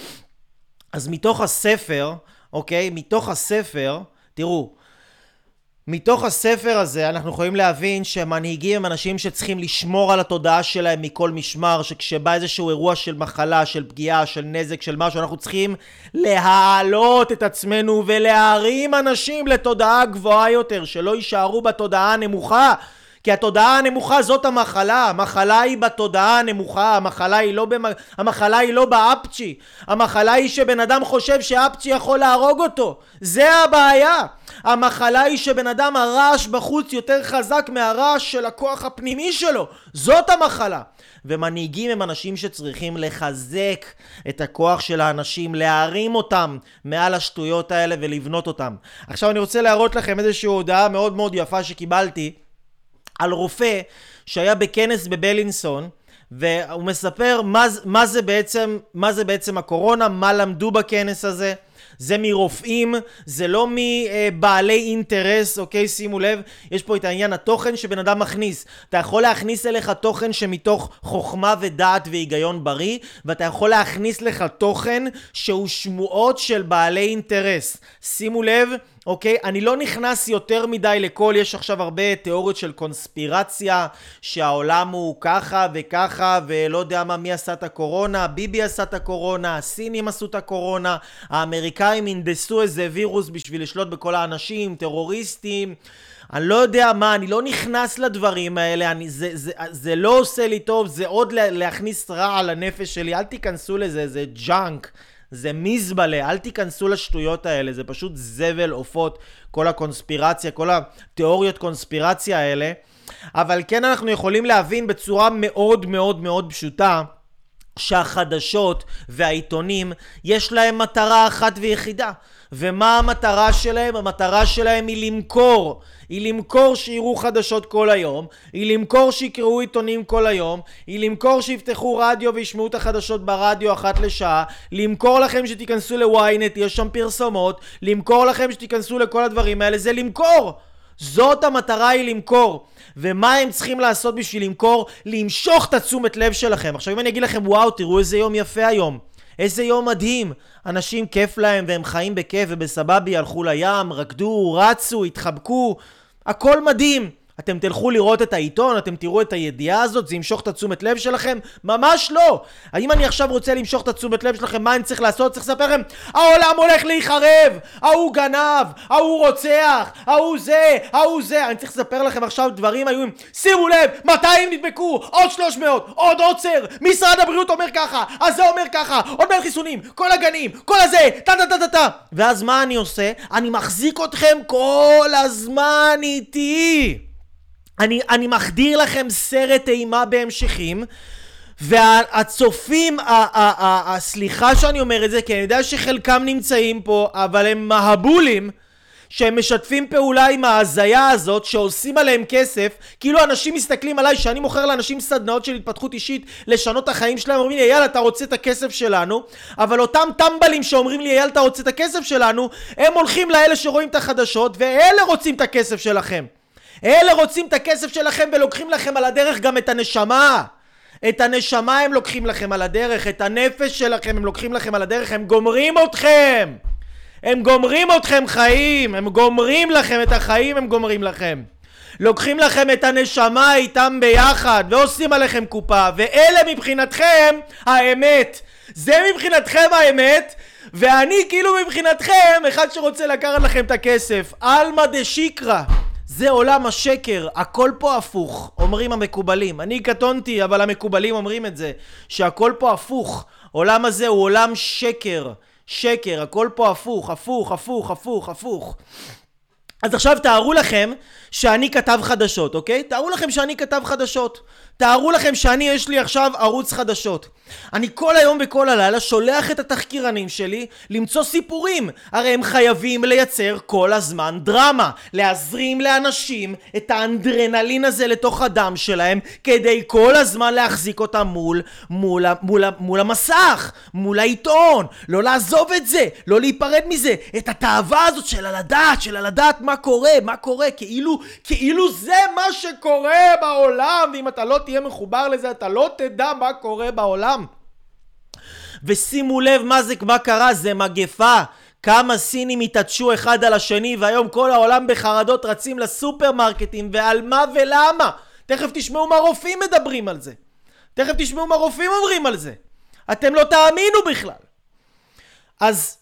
אז מתוך הספר, אוקיי? מתוך הספר, תראו, מתוך הספר הזה אנחנו יכולים להבין שמנהיגים הם אנשים שצריכים לשמור על התודעה שלהם מכל משמר, שכשבא איזשהו אירוע של מחלה, של פגיעה, של נזק, של משהו, אנחנו צריכים להעלות את עצמנו ולהרים אנשים לתודעה גבוהה יותר, שלא יישארו בתודעה הנמוכה. כי התודעה הנמוכה זאת המחלה, המחלה היא בתודעה הנמוכה, המחלה היא לא באפצ'י, המחלה היא שבן אדם חושב שאפצ'י יכול להרוג אותו, זה הבעיה. המחלה היא שבן אדם הרעש בחוץ יותר חזק מהרעש של הכוח הפנימי שלו, זאת המחלה. ומנהיגים הם אנשים שצריכים לחזק את הכוח של האנשים, להרים אותם מעל השטויות האלה ולבנות אותם. עכשיו אני רוצה להראות לכם איזושהי הודעה מאוד מאוד יפה שקיבלתי, על רופא שהיה בכנס בבלינסון, והוא מספר מה זה בעצם הקורונה, מה למדו בכנס הזה. זה מרופאים, זה לא מבעלי אינטרס, אוקיי? שימו לב, יש פה את העניין התוכן שבן אדם מכניס. אתה יכול להכניס אליך תוכן שמתוך חוכמה ודעת והיגיון בריא, ואתה יכול להכניס לך תוכן שהוא שמועות של בעלי אינטרס. שימו לב, אוקיי? אני לא נכנס יותר מדי לכל, יש עכשיו הרבה תיאוריות של קונספירציה, שהעולם הוא ככה וככה, ולא יודע מי עשה את הקורונה, ביבי עשה את הקורונה, הסינים עשו את הקורונה, האמריקאים הנדסו איזה וירוס בשביל לשלוט בכל האנשים, טרוריסטים, אני לא יודע מה, אני לא נכנס לדברים האלה, זה לא עושה לי טוב, זה עוד להכניס רע על הנפש שלי, אל תיכנסו לזה, זה ג'אנק. זה מזבלה, אל תיכנסו לשטויות האלה, זה פשוט זבל עופות, כל הקונספירציה, כל התיאוריות קונספירציה האלה. אבל כן אנחנו יכולים להבין בצורה מאוד מאוד מאוד פשוטה, שהחדשות והעיתונים יש להם מטרה אחת ויחידה. ומה המטרה שלהם? המטרה שלהם היא למכור. היא למכור שיראו חדשות כל היום, היא למכור שיקראו עיתונים כל היום, היא למכור שיפתחו רדיו וישמעו את החדשות ברדיו אחת לשעה, למכור לכם שתיכנסו לוויינט, יש שם פרסומות, למכור לכם שתיכנסו לכל הדברים האלה, זה למכור. זאת המטרה, היא למכור. ומה הם צריכים לעשות בשביל למכור? למשוך את התשומת לב שלכם. עכשיו אם אני אגיד לכם, וואו, תראו איזה יום יפה היום, איזה יום מדהים, אנשים כיף להם והם חיים בכיף ובסבבי, הלכו לים, רקדו, רצו, התחבקו, הכל מדהים. אתם תלכו לראות את העיתון, אתם תראו את הידיעה הזאת, זה ימשוך את התשומת לב שלכם? ממש לא. האם אני עכשיו רוצה למשוך את התשומת לב שלכם, מה אני צריך לעשות? צריך לספר לכם, העולם הולך להיחרב, ההוא גנב, ההוא רוצח, ההוא זה. אני צריך לספר לכם עכשיו דברים איומים. שימו לב, 200 נדבקו, עוד 300, עוד עוצר, משרד הבריאות אומר ככה, אז זה אומר ככה, עוד מעט חיסונים, כל הגנים, כל הזה, טה. ואז מה אני עושה? אני מחזיק אתכם כל הזמן איתי. אני מחדיר לכם סרט אימה בהמשכים, והצופים, סליחה שאני אומר את זה, כי אני יודע שחלקם נמצאים פה, אבל הם מהבולים, שהם משתפים פעולה עם ההזיה הזאת, שעושים עליהם כסף, כאילו אנשים מסתכלים עליי, שאני מוכר לאנשים סדנאות של התפתחות אישית, לשנות את החיים שלהם, אומרים לי, יאללה, אתה רוצה את הכסף שלנו, אבל אותם טמבלים שאומרים לי, יאללה, אתה רוצה את הכסף שלנו, הם הולכים לאלה שרואים את החדשות, ואלה רוצים את הכסף שלכם. אלה רוצים את הכסף שלכם ולוקחים לכם על הדרך גם את הנשמה. את הנשמה הם לוקחים לכם על הדרך, את הנפש שלכם הם לוקחים לכם על הדרך, הם גומרים אתכם. הם גומרים אתכם חיים, הם גומרים לכם את החיים, הם גומרים לכם. לוקחים לכם את הנשמה איתם ביחד ועושים עליכם קופה, ואלה מבחינתכם האמת. זה מבחינתכם האמת, ואני כאילו מבחינתכם אחד שרוצה לקחת לכם את הכסף. אלמה דשיקרא. זה עולם השקר, הכל פה הפוך, אומרים המקובלים. אני קטונתי, אבל המקובלים אומרים את זה, שהכל פה הפוך. עולם הזה הוא עולם שקר, שקר, הכל פה הפוך, הפוך, הפוך, הפוך, הפוך. אז עכשיו תארו לכם שאני כתב חדשות, אוקיי? תארו לכם שאני כתב חדשות. תארו לכם שאני יש לי עכשיו ערוץ חדשות. אני כל היום וכל הלילה שולח את התחקירנים שלי למצוא סיפורים. הרי הם חייבים לייצר כל הזמן דרמה. להזרים לאנשים את האנדרנלין הזה לתוך הדם שלהם, כדי כל הזמן להחזיק אותם מול המסך, מול העיתון. לא לעזוב את זה, לא להיפרד מזה. את התאווה הזאת של לדעת מה קורה, מה קורה. כאילו זה מה שקורה בעולם, ואם אתה לא תהיה מחובר לזה אתה לא תדע מה קורה בעולם. ושימו לב מה קרה, זה מגפה. כמה סינים התעטשו אחד על השני, והיום כל העולם בחרדות, רצים לסופרמרקטים, ועל מה ולמה. תכף תשמעו מה רופאים מדברים על זה, תכף תשמעו מה רופאים אומרים על זה, אתם לא תאמינו בכלל. אז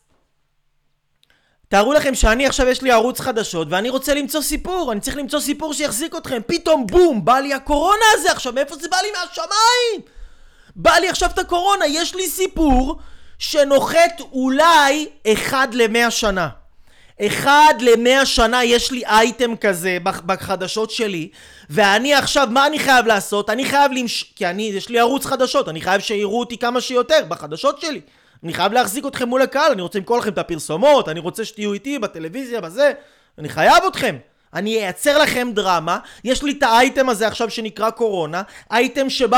תארו לכם שאני עכשיו יש לי ערוץ חדשות ואני רוצה למצוא סיפור, אני צריך למצוא סיפור שיחזיק אתכם. פתאום בום, בא לי הקורונה הזה עכשיו. מאיפה זה בא לי? מהשמיים. בא לי עכשיו את הקורונה. יש לי סיפור שנוחת אולי 1 ל-100 שנה. 1 ל-100 שנה יש לי אייטם כזה בחדשות שלי, ואני עכשיו, מה אני חייב לעשות? אני חייב כי יש לי ערוץ חדשות, אני חייב שיראו אותי כמה שיותר בחדשות שלי. אני חייב להחזיק אתכם מול הקהל, אני רוצה למכור לכם את הפרסומות, אני רוצה שתהיו איתי בטלוויזיה, בזה. אני חייב אתכם. אני אייצר לכם דרמה. יש לי את האייטם הזה עכשיו שנקרא קורונה, אייטם שבא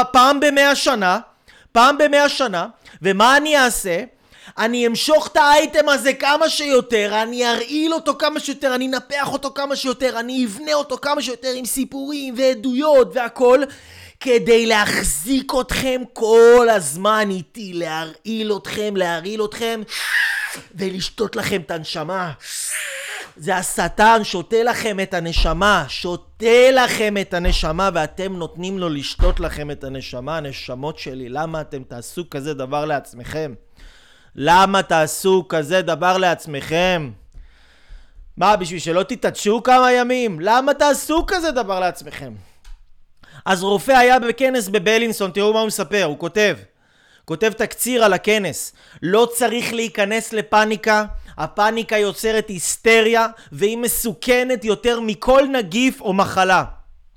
פעם ב-100 שנה, ומה אני אעשה? אני אמשוך את האייטם הזה כמה שיותר, אני ארעיל אותו כמה שיותר, אני אנפח אותו כמה שיותר, אני אבנה אותו כמה שיותר עם סיפורים ועדויות והכל, כדי להחזיק אתכם כל הזמן איתי, להרעיל אתכם ולשתות לכם את הנשמה. זה השטן שותה לכם את הנשמה, ואתם נותנים לו לשתות לכם את הנשמה. הנשמות שלי, למה אתם תעשו כזה דבר לעצמכם? למה תעשו כזה דבר לעצמכם? מה, בשביל שלא תתעטשו כמה ימים? למה תעשו כזה דבר לעצמכם? אז רופא היה בכנס בבלינסון, תראו מה הוא מספר, הוא כותב תקציר על הכנס. לא צריך להיכנס לפאניקה, הפאניקה יוצרת היסטריה, והיא מסוכנת יותר מכל נגיף או מחלה.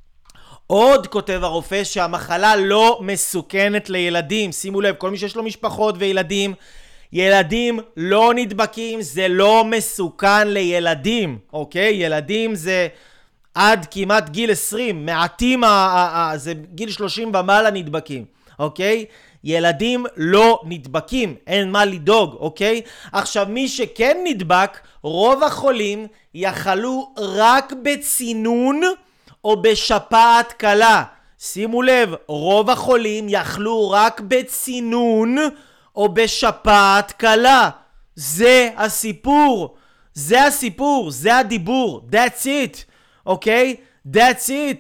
עוד כותב הרופא שהמחלה לא מסוכנת לילדים. שימו לב, כל מי שיש לו משפחות וילדים, ילדים לא נדבקים, זה לא מסוכן לילדים, אוקיי? ילדים זה עד כמעט גיל 20, מעטים, זה גיל 30 ומעלה נדבקים, אוקיי? ילדים לא נדבקים, אין מה לדאוג, אוקיי? עכשיו מי שכן נדבק, רוב החולים יחלו רק בצינון או בשפעת קלה. שימו לב, רוב החולים יחלו רק בצינון או בשפעת קלה. זה הסיפור, זה הדיבור, that's it, אוקיי? that's it.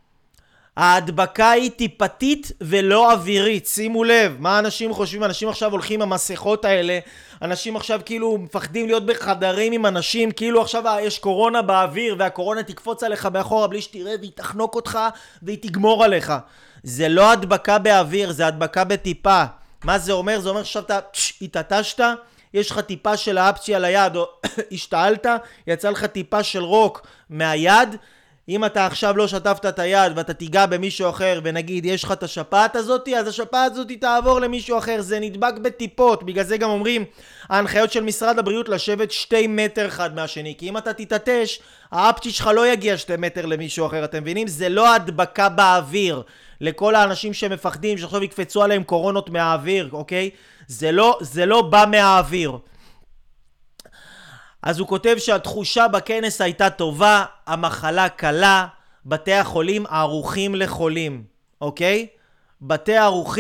ההדבקה היא טיפתית ולא אווירית. שימו לב, מה אנשים חושבים? אנשים עכשיו הולכים עם המסכות האלה, אנשים עכשיו כאילו מפחדים להיות בחדרים עם אנשים, כאילו עכשיו יש קורונה באוויר והקורונה תקפוץ עליך מאחורה בלי שתראה והיא תחנוק אותך והיא תגמור עליך. זה לא הדבקה באוויר, זה הדבקה בטיפה. מה זה אומר? זה אומר שעכשיו אתה התעטשת, יש לך טיפה של האפצ'י על היד, או השתעלת, יצא לך טיפה של רוק מהיד. אם אתה עכשיו לא שטפת את היד ואתה תיגע במישהו אחר ונגיד יש לך את השפעת הזאת, אז השפעת הזאת תעבור למישהו אחר. זה נדבק בטיפות. בגלל זה גם אומרים ההנחיות של משרד הבריאות לשבת 2 מטר אחד מהשני, כי אם אתה תתעטש האפצ'י שלך לא יגיע 2 מטר למישהו אחר. אתם מבינים? זה לא הדבקה באוויר. לכל האנשים שמפחדים שעכשיו יקפצו עליהם קורונות מהאוויר, אוקיי? זה לא בא מהאוויר. אז הוא כותב שהתחושה בכנס הייתה טובה, המחלה קלה, בתי החולים ערוכים לחולים, אוקיי? בתי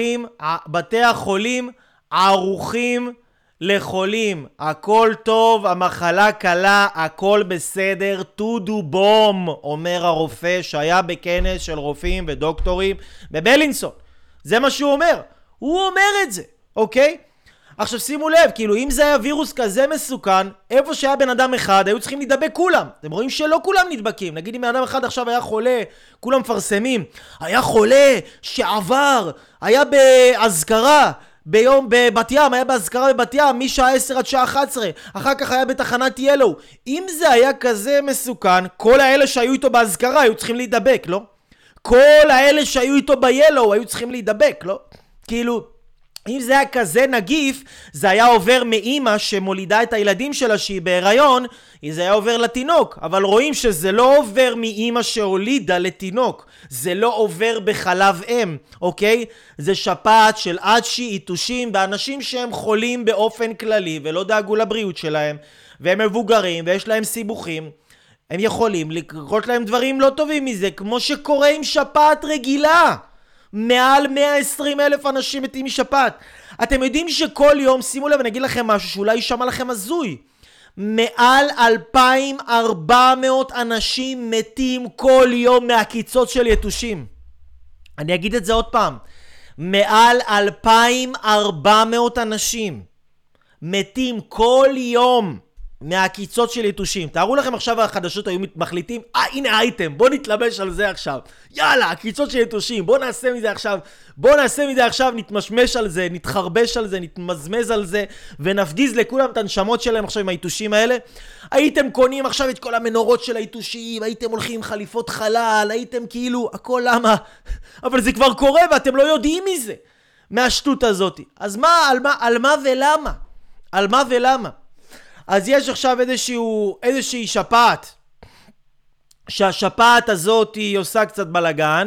החולים ערוכים לחולים. הכל טוב, המחלה קלה, הכל בסדר, טודו בום, אומר הרופא שהיה בכנס של רופאים ודוקטורים בבלינסון. זה מה שהוא אומר. הוא אומר את זה, אוקיי? עכשיו שימו לב, כאילו אם זה היה וירוס כזה מסוכן, איפה שהיה בן אדם אחד, היו צריכים להידבק כולם. אתם רואים שלא כולם נדבקים. נגיד אם בן אדם אחד עכשיו היה חולה, כולם מפרסמים, היה חולה שעבר, היה בהזכרה, בבת ים, היה בהזכרה בבת ים, משעה 10 עד שעה 11, אחר כך היה בתחנת ילו. אם זה היה כזה מסוכן, כל האלה שהיו איתו בהזכרה היו צריכים להידבק, לא? כל האלה שהיו איתו ב-Yellow היו צריכים להידבק, לא? כאילו, אם זה היה כזה נגיף, זה היה עובר מאמא שמולידה את הילדים שלה שהיא בהיריון, זה היה עובר לתינוק. אבל רואים שזה לא עובר מאמא שהולידה לתינוק. זה לא עובר בחלב אם, אוקיי? זה שפעת של עדשי, עיתושים, באנשים שהם חולים באופן כללי ולא דאגו לבריאות שלהם, והם מבוגרים ויש להם סיבוכים. הם יכולים לקרות להם דברים לא טובים מזה, כמו שקורה עם שפעת רגילה. מעל 120,000 אנשים מתים משפעת. אתם יודעים שכל יום, שימו לב, אני אגיד לכם משהו שאולי יישמע לכם הזוי, מעל 2,400 אנשים מתים כל יום מהקיצות של יתושים. אני אגיד את זה עוד פעם, מעל 2,400 אנשים מתים כל יום מהקיצות של יתושים. תארו לכם עכשיו החדשות היו מחליטים, הנה אייטם, בוא נתלבש על זה עכשיו. יאללה, הקיצות של יתושים, בוא נעשה מזה עכשיו, נתמשמש על זה, נתחרבש על זה, נתמזמז על זה, ונפגיז לכולם את הנשמות שלהם עכשיו עם היתושים האלה. הייתם קונים עכשיו את כל המנורות של היתושים, הייתם הולכים עם חליפות חלל, הייתם כאילו, הכל למה? אבל זה כבר קורה ואתם לא יודעים מזה, מהשטות הזאת. אז על מה ולמה? על מה ולמה? אז יש עכשיו איזושהי שפעת, שהשפעת הזאת היא עושה קצת בלגן,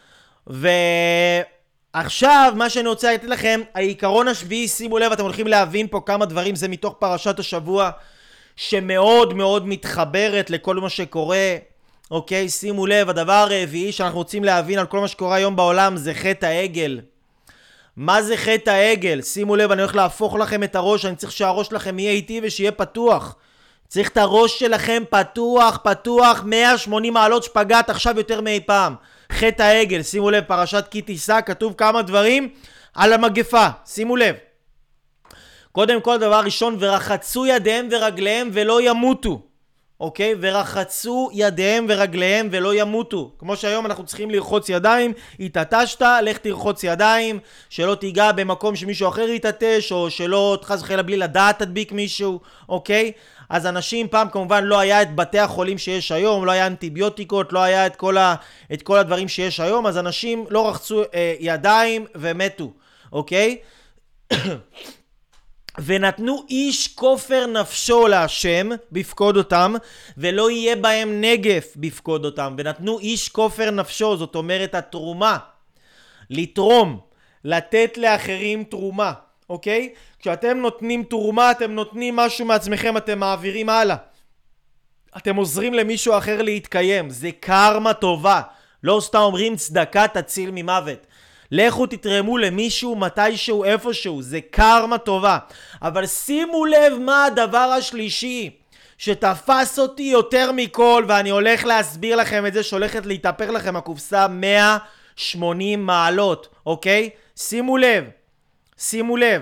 ועכשיו מה שאני רוצה להגיד לכם, העיקרון השביעי, שימו לב, אתם הולכים להבין פה כמה דברים, זה מתוך פרשת השבוע, שמאוד מאוד מתחברת לכל מה שקורה, אוקיי? שימו לב, הדבר הרביעי שאנחנו רוצים להבין על כל מה שקורה היום בעולם, זה חטא העגל. מה זה חטא העגל? שימו לב, אני הולך להפוך לכם את הראש, אני צריך שהראש שלכם יהיה איתי ושיהיה פתוח. צריך את הראש שלכם פתוח, 180 מעלות שפגעת עכשיו יותר מאי פעם. חטא העגל, שימו לב, פרשת כי תישא, כתוב כמה דברים על המגפה, שימו לב. קודם כל, דבר ראשון, ורחצו ידיהם ורגליהם ולא ימותו. אוקיי? ורחצו ידיהם ורגליהם ולא ימותו. כמו שהיום אנחנו צריכים לרחוץ ידיים, התעטשת, לך תרחוץ ידיים, שלא תיגע במקום שמישהו אחר יתעטש, או שלא חס וחלילה בלי לדעת תדביק מישהו, אוקיי? אז אנשים פעם כמובן לא היה את בתי החולים שיש היום, לא היה אנטיביוטיקות, לא היה את כל הדברים שיש היום, אז אנשים לא רחצו ידיים ומתו, אוקיי? ונתנו איש כופר נפשו להשם בפקוד אותם, ולא יהיה בהם נגף בפקוד אותם. ונתנו איש כופר נפשו, זאת אומרת התרומה, לתרום, לתת לאחרים תרומה, אוקיי? כשאתם נותנים תרומה, אתם נותנים משהו מעצמכם, אתם מעבירים הלאה. אתם עוזרים למישהו אחר להתקיים, זה קרמה טובה. לא סתם אומרים צדקה תציל ממוות. לכו תתרמו למישהו מתישהו איפשהו, זה קרמה טובה. אבל שימו לב מה הדבר השלישי שתפס אותי יותר מכל, ואני הולך להסביר לכם את זה, שהולכת להתהפך לכם הקופסה 180 מעלות, אוקיי? שימו לב.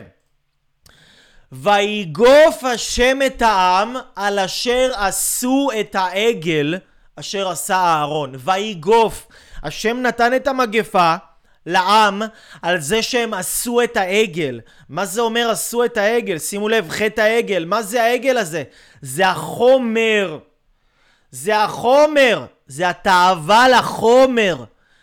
ויגוף השם את העם על אשר עשו את העגל אשר עשה אהרון. ויגוף, השם נתן את המגפה לעם על זה שהם עשו את העגל. מה זה אומר עשו את העגל? שימו לב, חטא העגל. מה זה העגל הזה? זה החומר. זה התאווה לחומר.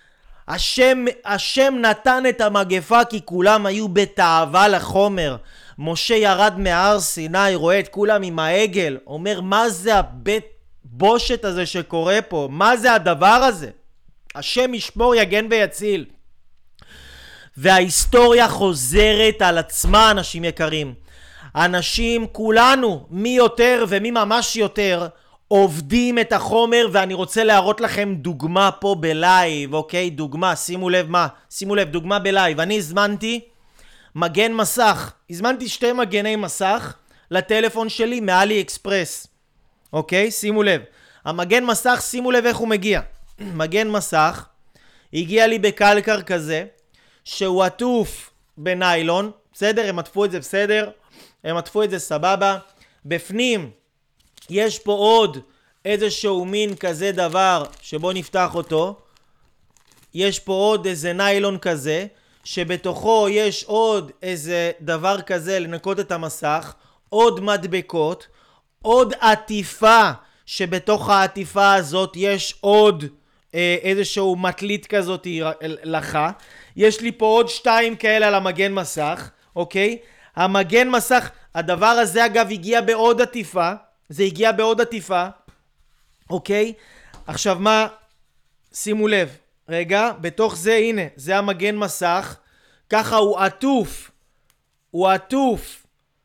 השם נתן את המגפה כי כולם היו בתאווה לחומר. משה ירד מהר סיני, רואה את כולם עם העגל, אומר מה זה הבית בושת הזה שקורה פה? מה זה הדבר הזה? השם ישמור, יגן ויציל. וההיסטוריה חוזרת על עצמה, אנשים יקרים. אנשים, כולנו, מי יותר ומי ממש יותר, עובדים את החומר, ואני רוצה להראות לכם דוגמה פה בלייב, אוקיי? דוגמה, שימו לב מה? שימו לב, דוגמה בלייב. אני הזמנתי מגן מסך, הזמנתי 2 מגני מסך לטלפון שלי מאלי אקספרס, אוקיי? שימו לב. המגן מסך, שימו לב איך הוא מגיע. מגן מסך הגיע לי בקלקר כזה, שהוא עטוף בניילון, בסדר? הם עטפו את זה בסדר, הם עטפו את זה סבבה. בפנים יש פה עוד איזשהו מין כזה דבר שבו נפתח אותו. יש פה עוד איזה ניילון כזה, שבתוכו יש עוד איזה דבר כזה לנקות את המסך, עוד מדבקות, עוד עטיפה, שבתוך העטיפה הזאת יש עוד איזשהו מטלית כזאת לך. יש לי פה עוד 2 כאלה על המגן מסך, אוקיי? המגן מסך, הדבר הזה אגב הגיע בעוד עטיפה, זה הגיע בעוד עטיפה, אוקיי? עכשיו מה? שימו לב, רגע, בתוך זה, הנה, זה המגן מסך, ככה הוא עטוף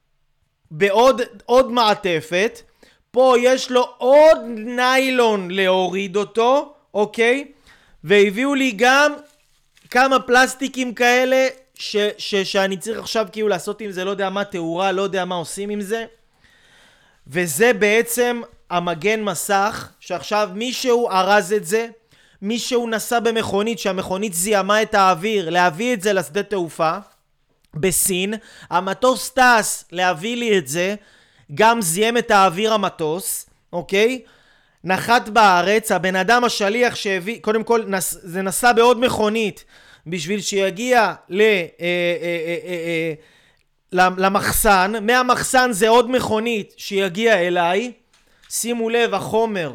בעוד מעטפת, פה יש לו עוד ניילון להוריד אותו, אוקיי? והביאו לי גם כמה פלסטיקים כאלה שאני צריך עכשיו כאילו לעשות עם זה, לא יודע מה, תאורה, לא יודע מה עושים עם זה. וזה בעצם המגן מסך, שעכשיו מישהו ארז את זה, מישהו נסע במכונית, שהמכונית זיהמה את האוויר, להביא את זה לשדה תעופה בסין, המטוס טס להביא לי את זה, גם זיהם את האוויר המטוס, אוקיי? נחת בארץ, הבן אדם השליח שהביא, קודם כל זה נסע בעוד מכונית, בשביל שיגיע למחסן, מהמחסן זה עוד מכונית שיגיע אליי. שימו לב, החומר,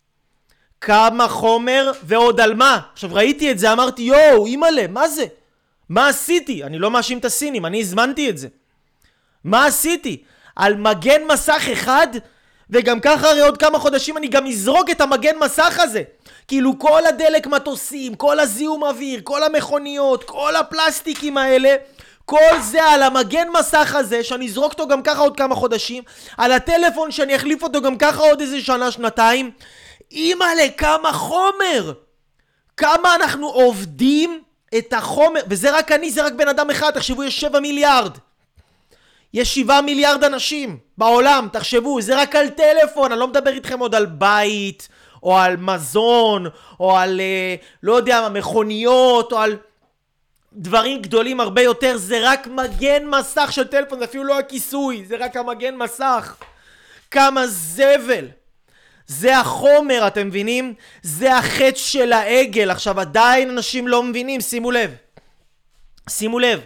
כמה חומר ועוד על מה. עכשיו ראיתי את זה, אמרתי יואו, אימא'לה, מה זה? מה עשיתי? אני לא מאשים את הסינים, אני הזמנתי את זה. מה עשיתי? על מגן מסך אחד? וגם ככה הרי עוד כמה חודשים אני גם אזרוק את המגן מסך הזה. כאילו כל הדלק מטוסים, כל הזיהום אוויר, כל המכוניות, כל הפלסטיקים האלה, כל זה על המגן מסך הזה שאני אזרוק אותו גם ככה עוד כמה חודשים, על הטלפון שאני אחליף אותו גם ככה עוד איזה שנה, שנתיים. אימא'לה, כמה חומר! כמה אנחנו עובדים את החומר, וזה רק אני, זה רק בן אדם אחד, תחשבו, יש 7 מיליארד. יש 7 מיליארד אנשים בעולם, תחשבו, זה רק על טלפון, אני לא מדבר איתכם עוד על בית, או על מזון, או על, לא יודע, מכוניות, או על דברים גדולים הרבה יותר. זה רק מגן מסך של טלפון, זה אפילו לא הכיסוי, זה רק המגן מסך. כמה זבל. זה החומר, אתם מבינים? זה החטא של העגל. עכשיו עדיין אנשים לא מבינים, שימו לב. שימו לב.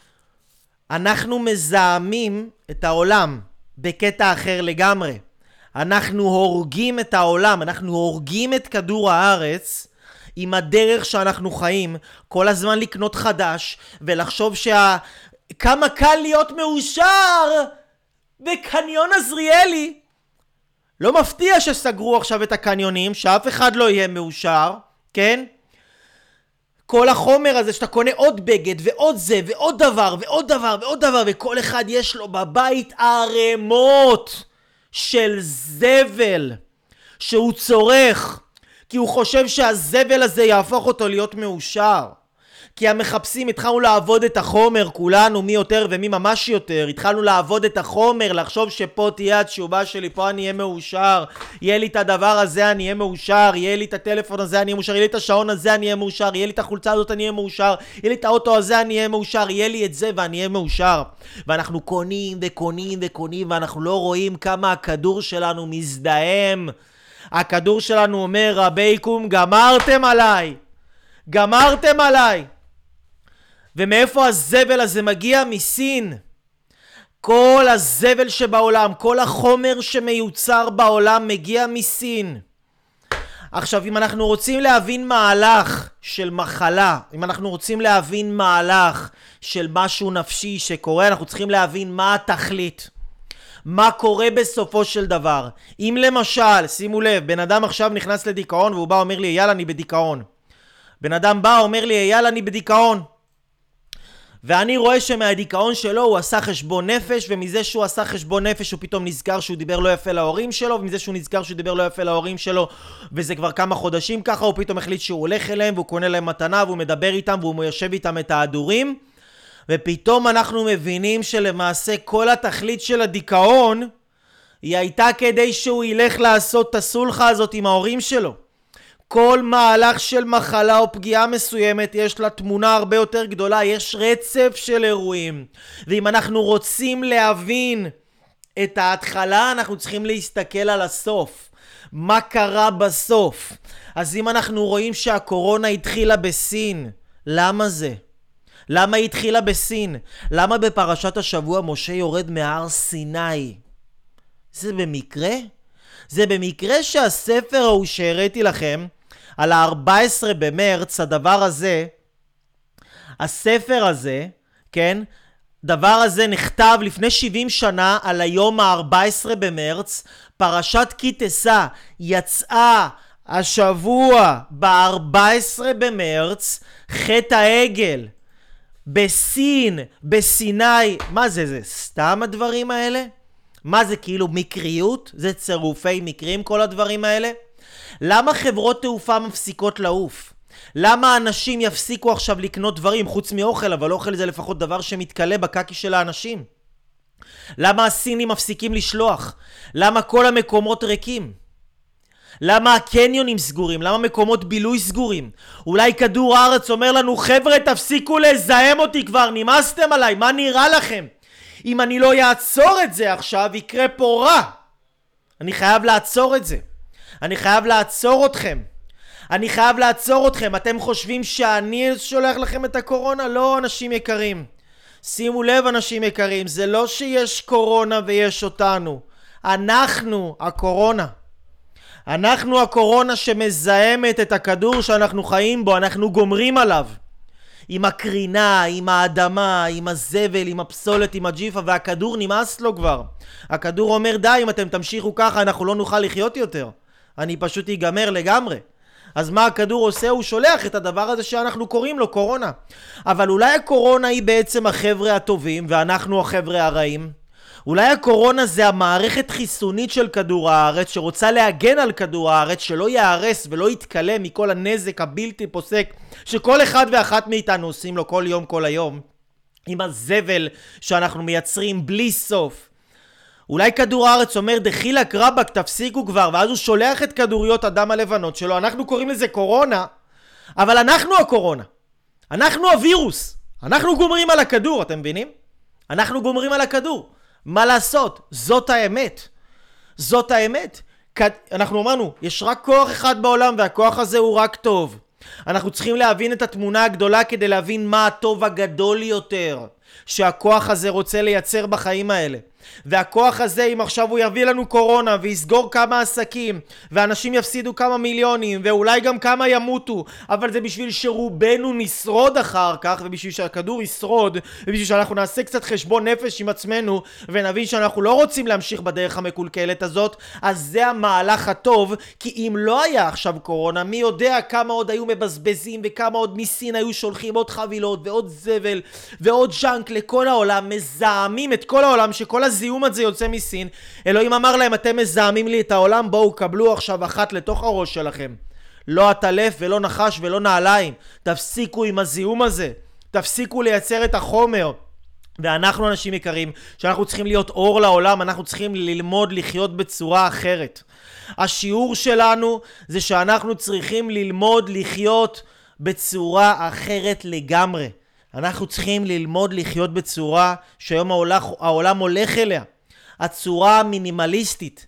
אנחנו מזהמים את העולם בקטע אחר לגמרי. אנחנו הורגים את העולם, אנחנו הורגים את כדור הארץ עם הדרך שאנחנו חיים, כל הזמן לקנות חדש ולחשוב כמה קל להיות מאושר בקניון עזריאלי. לא מפתיע שסגרו עכשיו את הקניונים, שאף אחד לא יהיה מאושר, כן? כל החומר הזה שאתה קונה עוד בגד ועוד זה ועוד דבר ועוד דבר ועוד דבר, וכל אחד יש לו בבית ערימות של זבל שהוא צורך, כי הוא חושב שהזבל הזה יהפוך אותו להיות מאושר. כי המחפשים, התחלנו לעבוד את החומר, כולנו, מי יותר ומי ממש יותר, התחלנו לעבוד את החומר, לחשוב שפה תהיה התשובה שלי, פה אני אהיה מאושר, יהיה לי את הדבר הזה, אני אהיה מאושר, יהיה לי את הטלפון הזה, אני אהיה מאושר, יהיה לי את השעון הזה, אני אהיה מאושר, יהיה לי את החולצה הזאת, אני אהיה מאושר, יהיה לי את האוטו הזה, אני אהיה מאושר, יהיה לי את זה ואני אהיה מאושר. ואנחנו קונים וקונים וקונים, ואנחנו לא רואים כמה הכדור שלנו מזדהם. הכדור שלנו אומר, רבייקום, גמרתם עליי. גמרתם עליי. ומאיפה הזבל הזה מגיע? מסין. כל הזבל שבעולם, כל החומר שמיוצר בעולם מגיע מסין. עכשיו, אם אנחנו רוצים להבין מהלך של מחלה, אם אנחנו רוצים להבין מהלך של משהו נפשי שקורה, אנחנו צריכים להבין מה התכלית. מה קורה בסופו של דבר. אם למשל, שימו לב, בן אדם עכשיו נכנס לדיכאון והוא בא אומר לי, אייל, אני בדיכאון. בן אדם בא אומר לי, אייל, אני בדיכאון. ואני רואה שמהדיכאון שלו הוא עשה חשבון נפש, ומזה שהוא עשה חשבון נפש הוא פתאום נזכר שהוא דיבר לא יפה להורים שלו, ומזה שהוא נזכר שהוא דיבר לא יפה להורים שלו, וזה כבר כמה חודשים ככה, הוא פתאום החליט שהוא הולך אליהם, והוא קונה להם מתנה, והוא מדבר איתם, והוא יושב איתם את ההדורים, ופתאום אנחנו מבינים שלמעשה כל התכלית של הדיכאון, היא הייתה כדי שהוא ילך לעשות את הסולחה הזאת עם ההורים שלו. כל מהלך של מחלה או פגיעה מסוימת יש לה תמונה הרבה יותר גדולה, יש רצף של אירועים. ואם אנחנו רוצים להבין את ההתחלה, אנחנו צריכים להסתכל על הסוף. מה קרה בסוף? אז אם אנחנו רואים שהקורונה התחילה בסין, למה זה? למה היא התחילה בסין? למה בפרשת השבוע משה יורד מהר סיני? זה במקרה? זה במקרה שהספר ההוא שהראיתי לכם, על ה-14 במרץ, הדבר הזה, הספר הזה, כן, דבר הזה נכתב לפני 70 שנה על היום ה-14 במרץ, פרשת כי תשא יצאה השבוע ב-14 במרץ, חטא העגל, בסין, בסיני. מה זה? זה סתם הדברים האלה? מה זה, כאילו מקריות? זה צירופי מקרים כל הדברים האלה? למה חברות תעופה מפסיקות לעוף? למה אנשים יפסיקו עכשיו לקנות דברים חוץ מאוכל, אבל אוכל זה לפחות דבר שמתקלה בקקי של האנשים? למה הסינים מפסיקים לשלוח? למה כל המקומות ריקים? למה הקניונים סגורים? למה מקומות בילוי סגורים? אולי כדור הארץ אומר לנו, חבר'ה, תפסיקו לזהם אותי כבר, נמאסתם עליי, מה נראה לכם? אם אני לא יעצור את זה עכשיו, יקרה פה רע. אני חייב לעצור את זה. אני חייב לעצור אתכם. אני חייב לעצור אתכם. אתם חושבים שאני שולח לכם את הקורונה? לא, אנשים יקרים. שימו לב, אנשים יקרים, זה לא שיש קורונה ויש אותנו. אנחנו הקורונה. אנחנו הקורונה שמזהמת את הכדור שאנחנו חיים בו, אנחנו גומרים עליו. עם הקרינה, עם האדמה, עם הזבל, עם הפסולת, עם הג'יפה, והכדור נמאס לו כבר. הכדור אומר, די, אם אתם תמשיכו ככה, אנחנו לא נוכל לחיות יותר. אני פשוט ייגמר לגמרי. אז מה הכדור עושה? הוא שולח את הדבר הזה שאנחנו קוראים לו קורונה. אבל אולי הקורונה היא בעצם החבר'ה הטובים, ואנחנו החבר'ה הרעים? אולי הקורונה זה המערכת חיסונית של כדור הארץ, שרוצה להגן על כדור הארץ, שלא יהרס ולא יתקלה מכל הנזק הבלתי פוסק, שכל אחד ואחת מאיתנו עושים לו כל יום כל היום, עם הזבל שאנחנו מייצרים בלי סוף. אולי כדור הארץ אומר, דחילק רבק, תפסיקו כבר, ואז הוא שולח את כדוריות הדם הלבנות שלו. אנחנו קוראים לזה קורונה, אבל אנחנו הקורונה. אנחנו הווירוס. אנחנו גומרים על הכדור, אתם מבינים? אנחנו גומרים על הכדור. מה לעשות? זאת האמת. זאת האמת. אנחנו אמרנו, יש רק כוח אחד בעולם, והכוח הזה הוא רק טוב. אנחנו צריכים להבין את התמונה הגדולה כדי להבין מה הטוב הגדול יותר שהכוח הזה רוצה לייצר בחיים האלה. והכוח הזה, אם עכשיו הוא יביא לנו קורונה ויסגור כמה עסקים ואנשים יפסידו כמה מיליונים ואולי גם כמה ימותו, אבל זה בשביל שרובנו נשרוד אחר כך, ובשביל שהכדור ישרוד, ובשביל שאנחנו נעשה קצת חשבון נפש עם עצמנו ונבין שאנחנו לא רוצים להמשיך בדרך המקולקלת הזאת. אז זה המהלך הטוב, כי אם לא היה עכשיו קורונה, מי יודע כמה עוד היו מבזבזים וכמה עוד מסין היו שולחים עוד חבילות ועוד זבל ועוד ז'אנק לכל העולם, מזהמים את כל העולם, שכל הזיהום הזה יוצא מסין. אלוהים אמר להם, אתם מזהמים לי את העולם, בואו קבלו עכשיו אחת לתוך הראש שלכם. לא עטלף ולא נחש ולא נעליים. תפסיקו עם הזיהום הזה. תפסיקו לייצר את החומר. ואנחנו אנשים יקרים, שאנחנו צריכים להיות אור לעולם, אנחנו צריכים ללמוד לחיות בצורה אחרת. השיעור שלנו זה שאנחנו צריכים ללמוד לחיות בצורה אחרת לגמרי. אנחנו צריכים ללמוד לחיות בצורה שהיום העולם הולך אליה. הצורה המינימליסטית.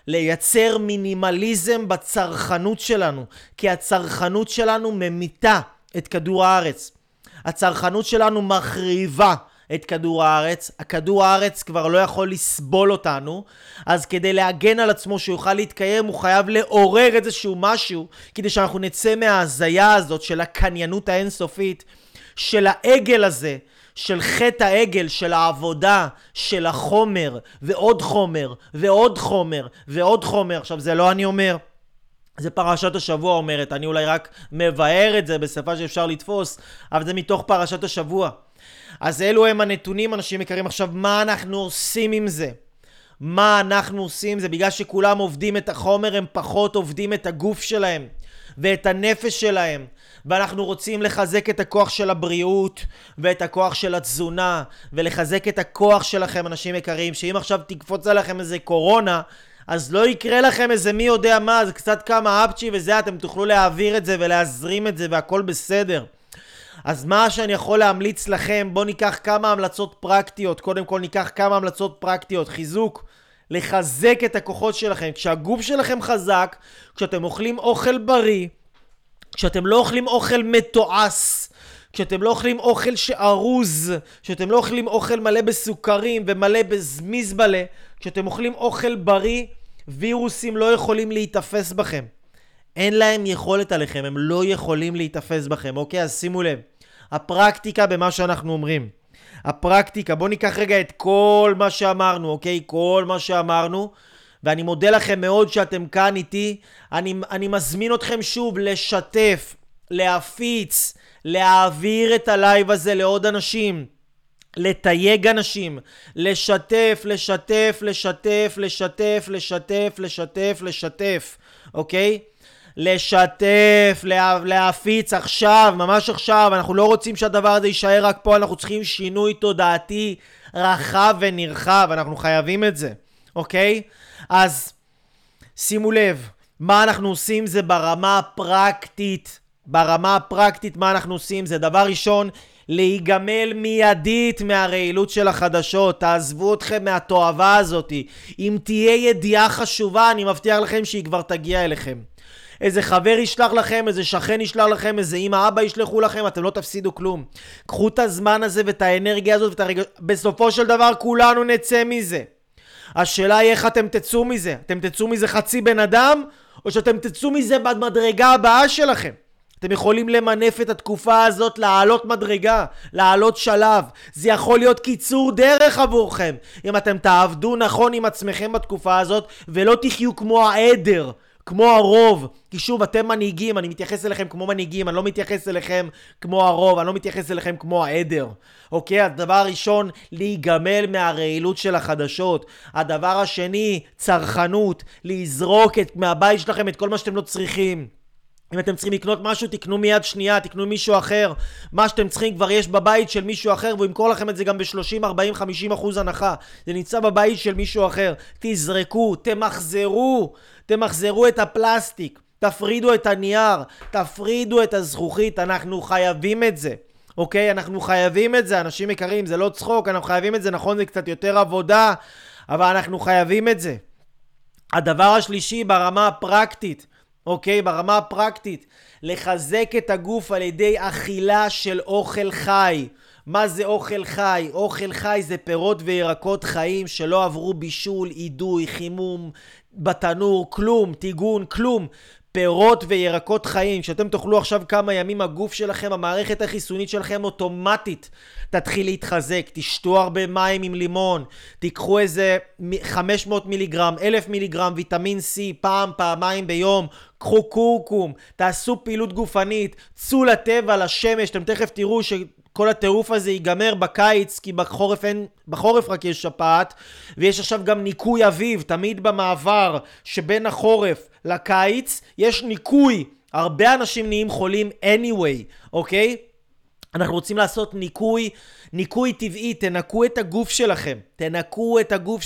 לייצר מינימליזם בצרכנות שלנו. כי הצרכנות שלנו ממיתה את כדור הארץ. הצרכנות שלנו מחריבה את כדור הארץ. הכדור הארץ כבר לא יכול לסבול אותנו. אז כדי להגן על עצמו שיוכל להתקיים, הוא חייב לעורר איזשהו משהו, כדי שאנחנו נצא מההזיה הזאת של הקניינות האינסופית, של העגל הזה, של חטא העגל, של העבודה, של החומר, ועוד חומר, ועוד חומר, ועוד חומר. עכשיו, זה לא אני אומר, זה פרשת השבוע אומרת, אני אולי רק מבאר את זה בשפה שאפשר לתפוס, אבל זה מתוך פרשת השבוע. אז אלו הם הנתונים, אנשים יקרים. עכשיו, מה אנחנו עושים עם זה? מה אנחנו עושים? זה בגלל שכולם עובדים את החומר, הם פחות עובדים את הגוף שלהם ואת הנפש שלהם. ואנחנו רוצים לחזק את הכוח של הבריאות ואת הכוח של התזונה, ולחזק את הכוח שלכם, אנשים יקרים, שאם עכשיו תקפוץ עליכם איזה קורונה, אז לא יקרה לכם איזה מי יודע מה, זה קצת כמה אפצ'י וזה, אתם תוכלו להעביר את זה ולהזרים את זה והכל בסדר. אז מה שאני יכול להמליץ לכם, בואו ניקח כמה המלצות פרקטיות. קודם כל ניקח כמה המלצות פרקטיות. חיזוק, לחזק את הכוחות שלכם. כשהגוף שלכם חזק, כשאתם אוכלים אוכל בריא, כשאתם לא אוכלים אוכל מתועש, כשאתם לא אוכלים אוכל שארוז, כשאתם לא אוכלים אוכל מלא בסוכרים ומלא במזבלה, כשאתם אוכלים אוכל בריא, וירוסים לא יכולים להתאפס בכם. אין להם יכולת עליכם, הם לא יכולים להתאפס בכם, אוקיי? אז שימו לב, הפרקטיקה במה שאנחנו אומרים. הפרקטיקה, בואו ניקח רגע את כל מה שאמרנו, אוקיי? כל מה שאמרנו, ואני מודה לכם מאוד שאתם כאן איתי. אני מזמין אתכם שוב לשתף, להפיץ, להעביר את הלייב הזה לעוד אנשים, לתייג אנשים, לשתף, אוקיי? לשתף, להפיץ עכשיו, ממש עכשיו. אנחנו לא רוצים שהדבר הזה יישאר רק פה, אנחנו צריכים שינוי תודעתי רחב ונרחב, אנחנו חייבים את זה, אוקיי? אז שימו לב, מה אנחנו עושים זה ברמה הפרקטית. ברמה הפרקטית מה אנחנו עושים זה דבר ראשון, להיגמל מיידית מהרעילות של החדשות. תעזבו אתכם מהתועבה הזאת. אם תהיה ידיעה חשובה, אני מבטיח לכם שהיא כבר תגיע אליכם. איזה חבר ישלח לכם, איזה שכן ישלח לכם, איזה אמא אבא ישלחו לכם, אתם לא תפסידו כלום. קחו את הזמן הזה ואת האנרגיה הזאת בסופו של דבר כולנו נצא מזה. השאלה היא איך אתם תצאו מזה. אתם תצאו מזה חצי בן אדם, או שאתם תצאו מזה במדרגה הבאה שלכם. אתם יכולים למנף את התקופה הזאת, לעלות מדרגה, לעלות שלב. זה יכול להיות קיצור דרך עבורכם, אם אתם תעבדו נכון עם עצמכם בתקופה הזאת, ולא תחיו כמו העדר, כמו הרוב. כי שוב, אתם מנהיגים, אני מתייחס אליכם כמו מנהיגים, אני לא מתייחס אליכם כמו הרוב, אני לא מתייחס אליכם כמו העדר. אוקיי? הדבר הראשון, להיגמל מהרעילות של החדשות. הדבר השני, צרכנות, לזרוק מהבית שלכם את כל מה שאתם לא צריכים. אם אתם צריכים לקנות משהו, תקנו מיד שנייה, תקנו מישהו אחר. מה שאתם צריכים כבר יש בבית של מישהו אחר, והוא ימכור לכם את זה גם ב-30, 40, 50% הנחה. זה נמצא בבית של מישהו אחר. תזרקו, תמחזרו את הפלסטיק, תפרידו את הנייר, תפרידו את הזכוכית. אנחנו חייבים את זה. אוקיי? אנחנו חייבים את זה, אנשים יקרים, זה לא צחוק, אנחנו חייבים את זה. נכון, זה קצת יותר עבודה, אבל אנחנו חייבים את זה. הדבר השלישי ברמה הפרקטית, אוקיי, ברמה הפרקטית, לחזק את הגוף על ידי אכילה של אוכל חי. מה זה אוכל חי? אוכל חי זה פירות וירקות חיים שלא עברו בישול, עידוי, חימום, בתנור, כלום, טיגון, כלום. פירות וירקות חיים. כשאתם תאכלו עכשיו כמה ימים, הגוף שלכם, המערכת החיסונית שלכם אוטומטית תתחיל להתחזק. תשתו הרבה מים עם לימון, תיקחו איזה 500 מיליגרם, 1000 מיליגרם ויטמין C פעמיים ביום, קחו קורקום, תעשו פעילות גופנית, צאו לטבע, לשמש. אתם תכף תראו כל הטירוף הזה ייגמר בקיץ, כי בחורף רק יש שפעת, ויש עכשיו גם ניקוי אביב. תמיד במעבר שבין החורף לקיץ יש ניקוי. הרבה אנשים נהיים חולים anyway, אוקיי? אנחנו רוצים לעשות ניקוי טבעי. תנקו את הגוף שלכם. תנקו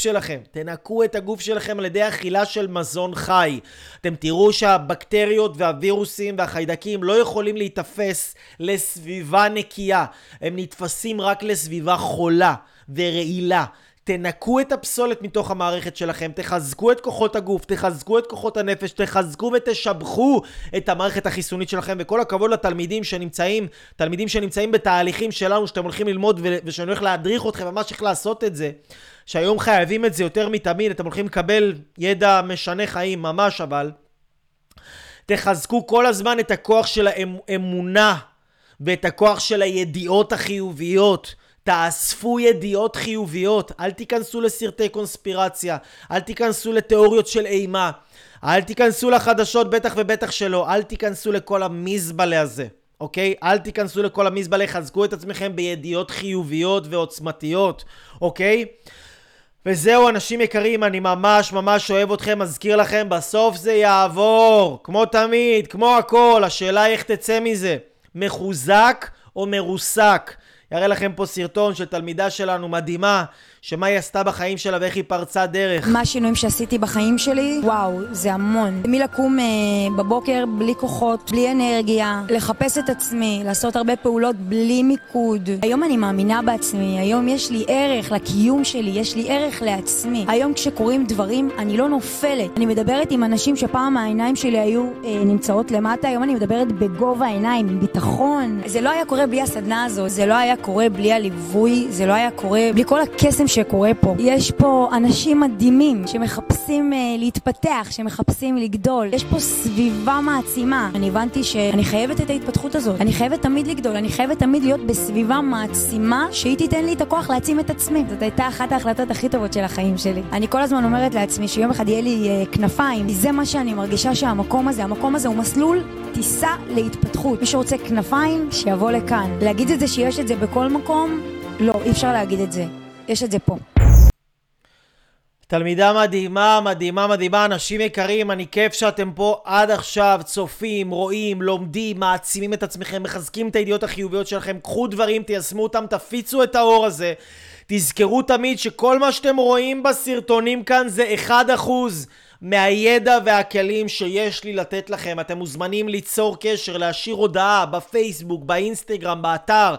את הגוף שלכם על ידי אכילה של מזון חי. אתם תראו שהבקטריות והווירוסים והחיידקים לא יכולים להתאפס לסביבה נקייה. הם נתפסים רק לסביבה חולה ורעילה. תנקו את הפסולת מתוך המערכת שלכם, תחזקו את כוחות הגוף, תחזקו את כוחות הנפש, תחזקו ותשבחו את המערכת החיסונית שלכם. וכל הכבוד לתלמידים שנמצאים בתהליכים שלנו, שאתם הולכים ללמוד ושאני הולך להדריך אתכם ממש איך לעשות את זה, שהיום חייבים את זה יותר מתמיד. אתם הולכים לקבל ידע משנה חיים ממש. אבל תחזקו כל הזמן את הכוח של האמונה ואת הכוח של הידיעות החיוביות. תאספו ידיעות חיוביות, אל תיכנסו לסרטי קונספירציה, אל תיכנסו לתיאוריות של אימה, אל תיכנסו לחדשות, בטח ובטח שלא, אל תיכנסו לכל המזבלה הזה, אוקיי? אל תיכנסו לכל המזבלה, חזקו את עצמכם בידיעות חיוביות ועוצמתיות, אוקיי? וזהו אנשים יקרים, אני ממש ממש אוהב אתכם, מזכיר לכם, בסוף זה יעבור, כמו תמיד, כמו הכל, השאלה היא איך תצא מזה, מחוזק או מרוסק. יראה לכם פה סרטון של תלמידה שלנו מדהימה, שמה היא עשתה בחיים שלה ואיך היא פרצה דרך. מה השינויים שעשיתי בחיים שלי? וואו, זה המון. מי לקום בבוקר בלי כוחות, בלי אנרגיה, לחפש את עצמי, לעשות הרבה פעולות בלי מיקוד. היום אני מאמינה בעצמי, היום יש לי ערך לקיום שלי, יש לי ערך לעצמי. היום כשקורים דברים, אני לא נופלת. אני מדברת עם אנשים שפעם העיניים שלי היו נמצאות למטה, היום אני מדברת בגובה העיניים, עם ביטחון. זה לא היה קורה בלי הסדנה הזו, זה לא היה קורה בלי הליווי, זה לא היה קורה בלי כל הקסם שקורה פה. יש פה אנשים מדהימים שמחפשים להתפתח, שמחפשים לגדול. יש פה סביבה מעצימה. אני הבנתי שאני חייבת את ההתפתחות הזאת. אני חייבת תמיד לגדול, אני חייבת תמיד להיות בסביבה מעצימה שהיא תיתן לי את הכוח להעצים את עצמי. זאת הייתה אחת ההחלטות הכי טובות של החיים שלי. אני כל הזמן אומרת לעצמי שיום אחד יהיה לי כנפיים. זה מה שאני מרגישה שהמקום הזה הוא מסלול טיסה להתפתחות. מי שרוצה כנפיים, שיבוא לכאן. להגיד את זה שיש את זה בכל מקום? לא, אי אפשר להגיד את זה. יש את זה פה. תלמידה מדהימה, מדהימה, מדהימה, אנשים יקרים, אני כיף שאתם פה עד עכשיו, צופים, רואים, לומדים, מעצימים את עצמכם, מחזקים את הידיעות החיוביות שלכם, קחו דברים, תיישמו אותם, תפיצו את האור הזה. תזכרו תמיד שכל מה שאתם רואים בסרטונים כאן זה 1% מהידע והכלים שיש לי לתת לכם. אתם מוזמנים ליצור קשר, להשאיר הודעה בפייסבוק, באינסטגרם, באתר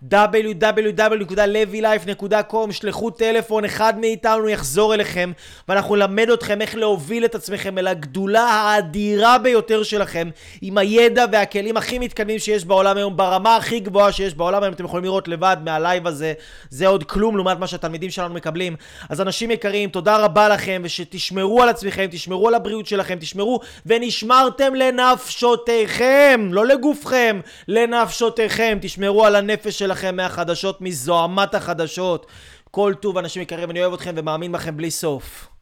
www.levylife.com, שלחו טלפון, אחד מאיתנו יחזור אליכם ואנחנו נלמד אתכם איך להוביל את עצמכם אל הגדולה האדירה ביותר שלכם, עם הידע והכלים הכי מתקדמים שיש בעולם היום, ברמה הכי גבוהה שיש בעולם היום. אתם יכולים לראות לבד מהלייב הזה, זה עוד כלום לעומת מה שהתלמידים שלנו מקבלים. אז אנשים יקרים, תודה רבה לכם, ושתשמרו על עצמכם, תשמרו על הבריאות שלכם, תשמרו ונשמרתם לנפשותיכם, לא לגופכם, לנפשותיכם. תשמרו על הנפש שלכם מהחדשות, מזוהמת החדשות. כל טוב אנשים יקרים, אני אוהב אתכם ומאמין בכם בלי סוף.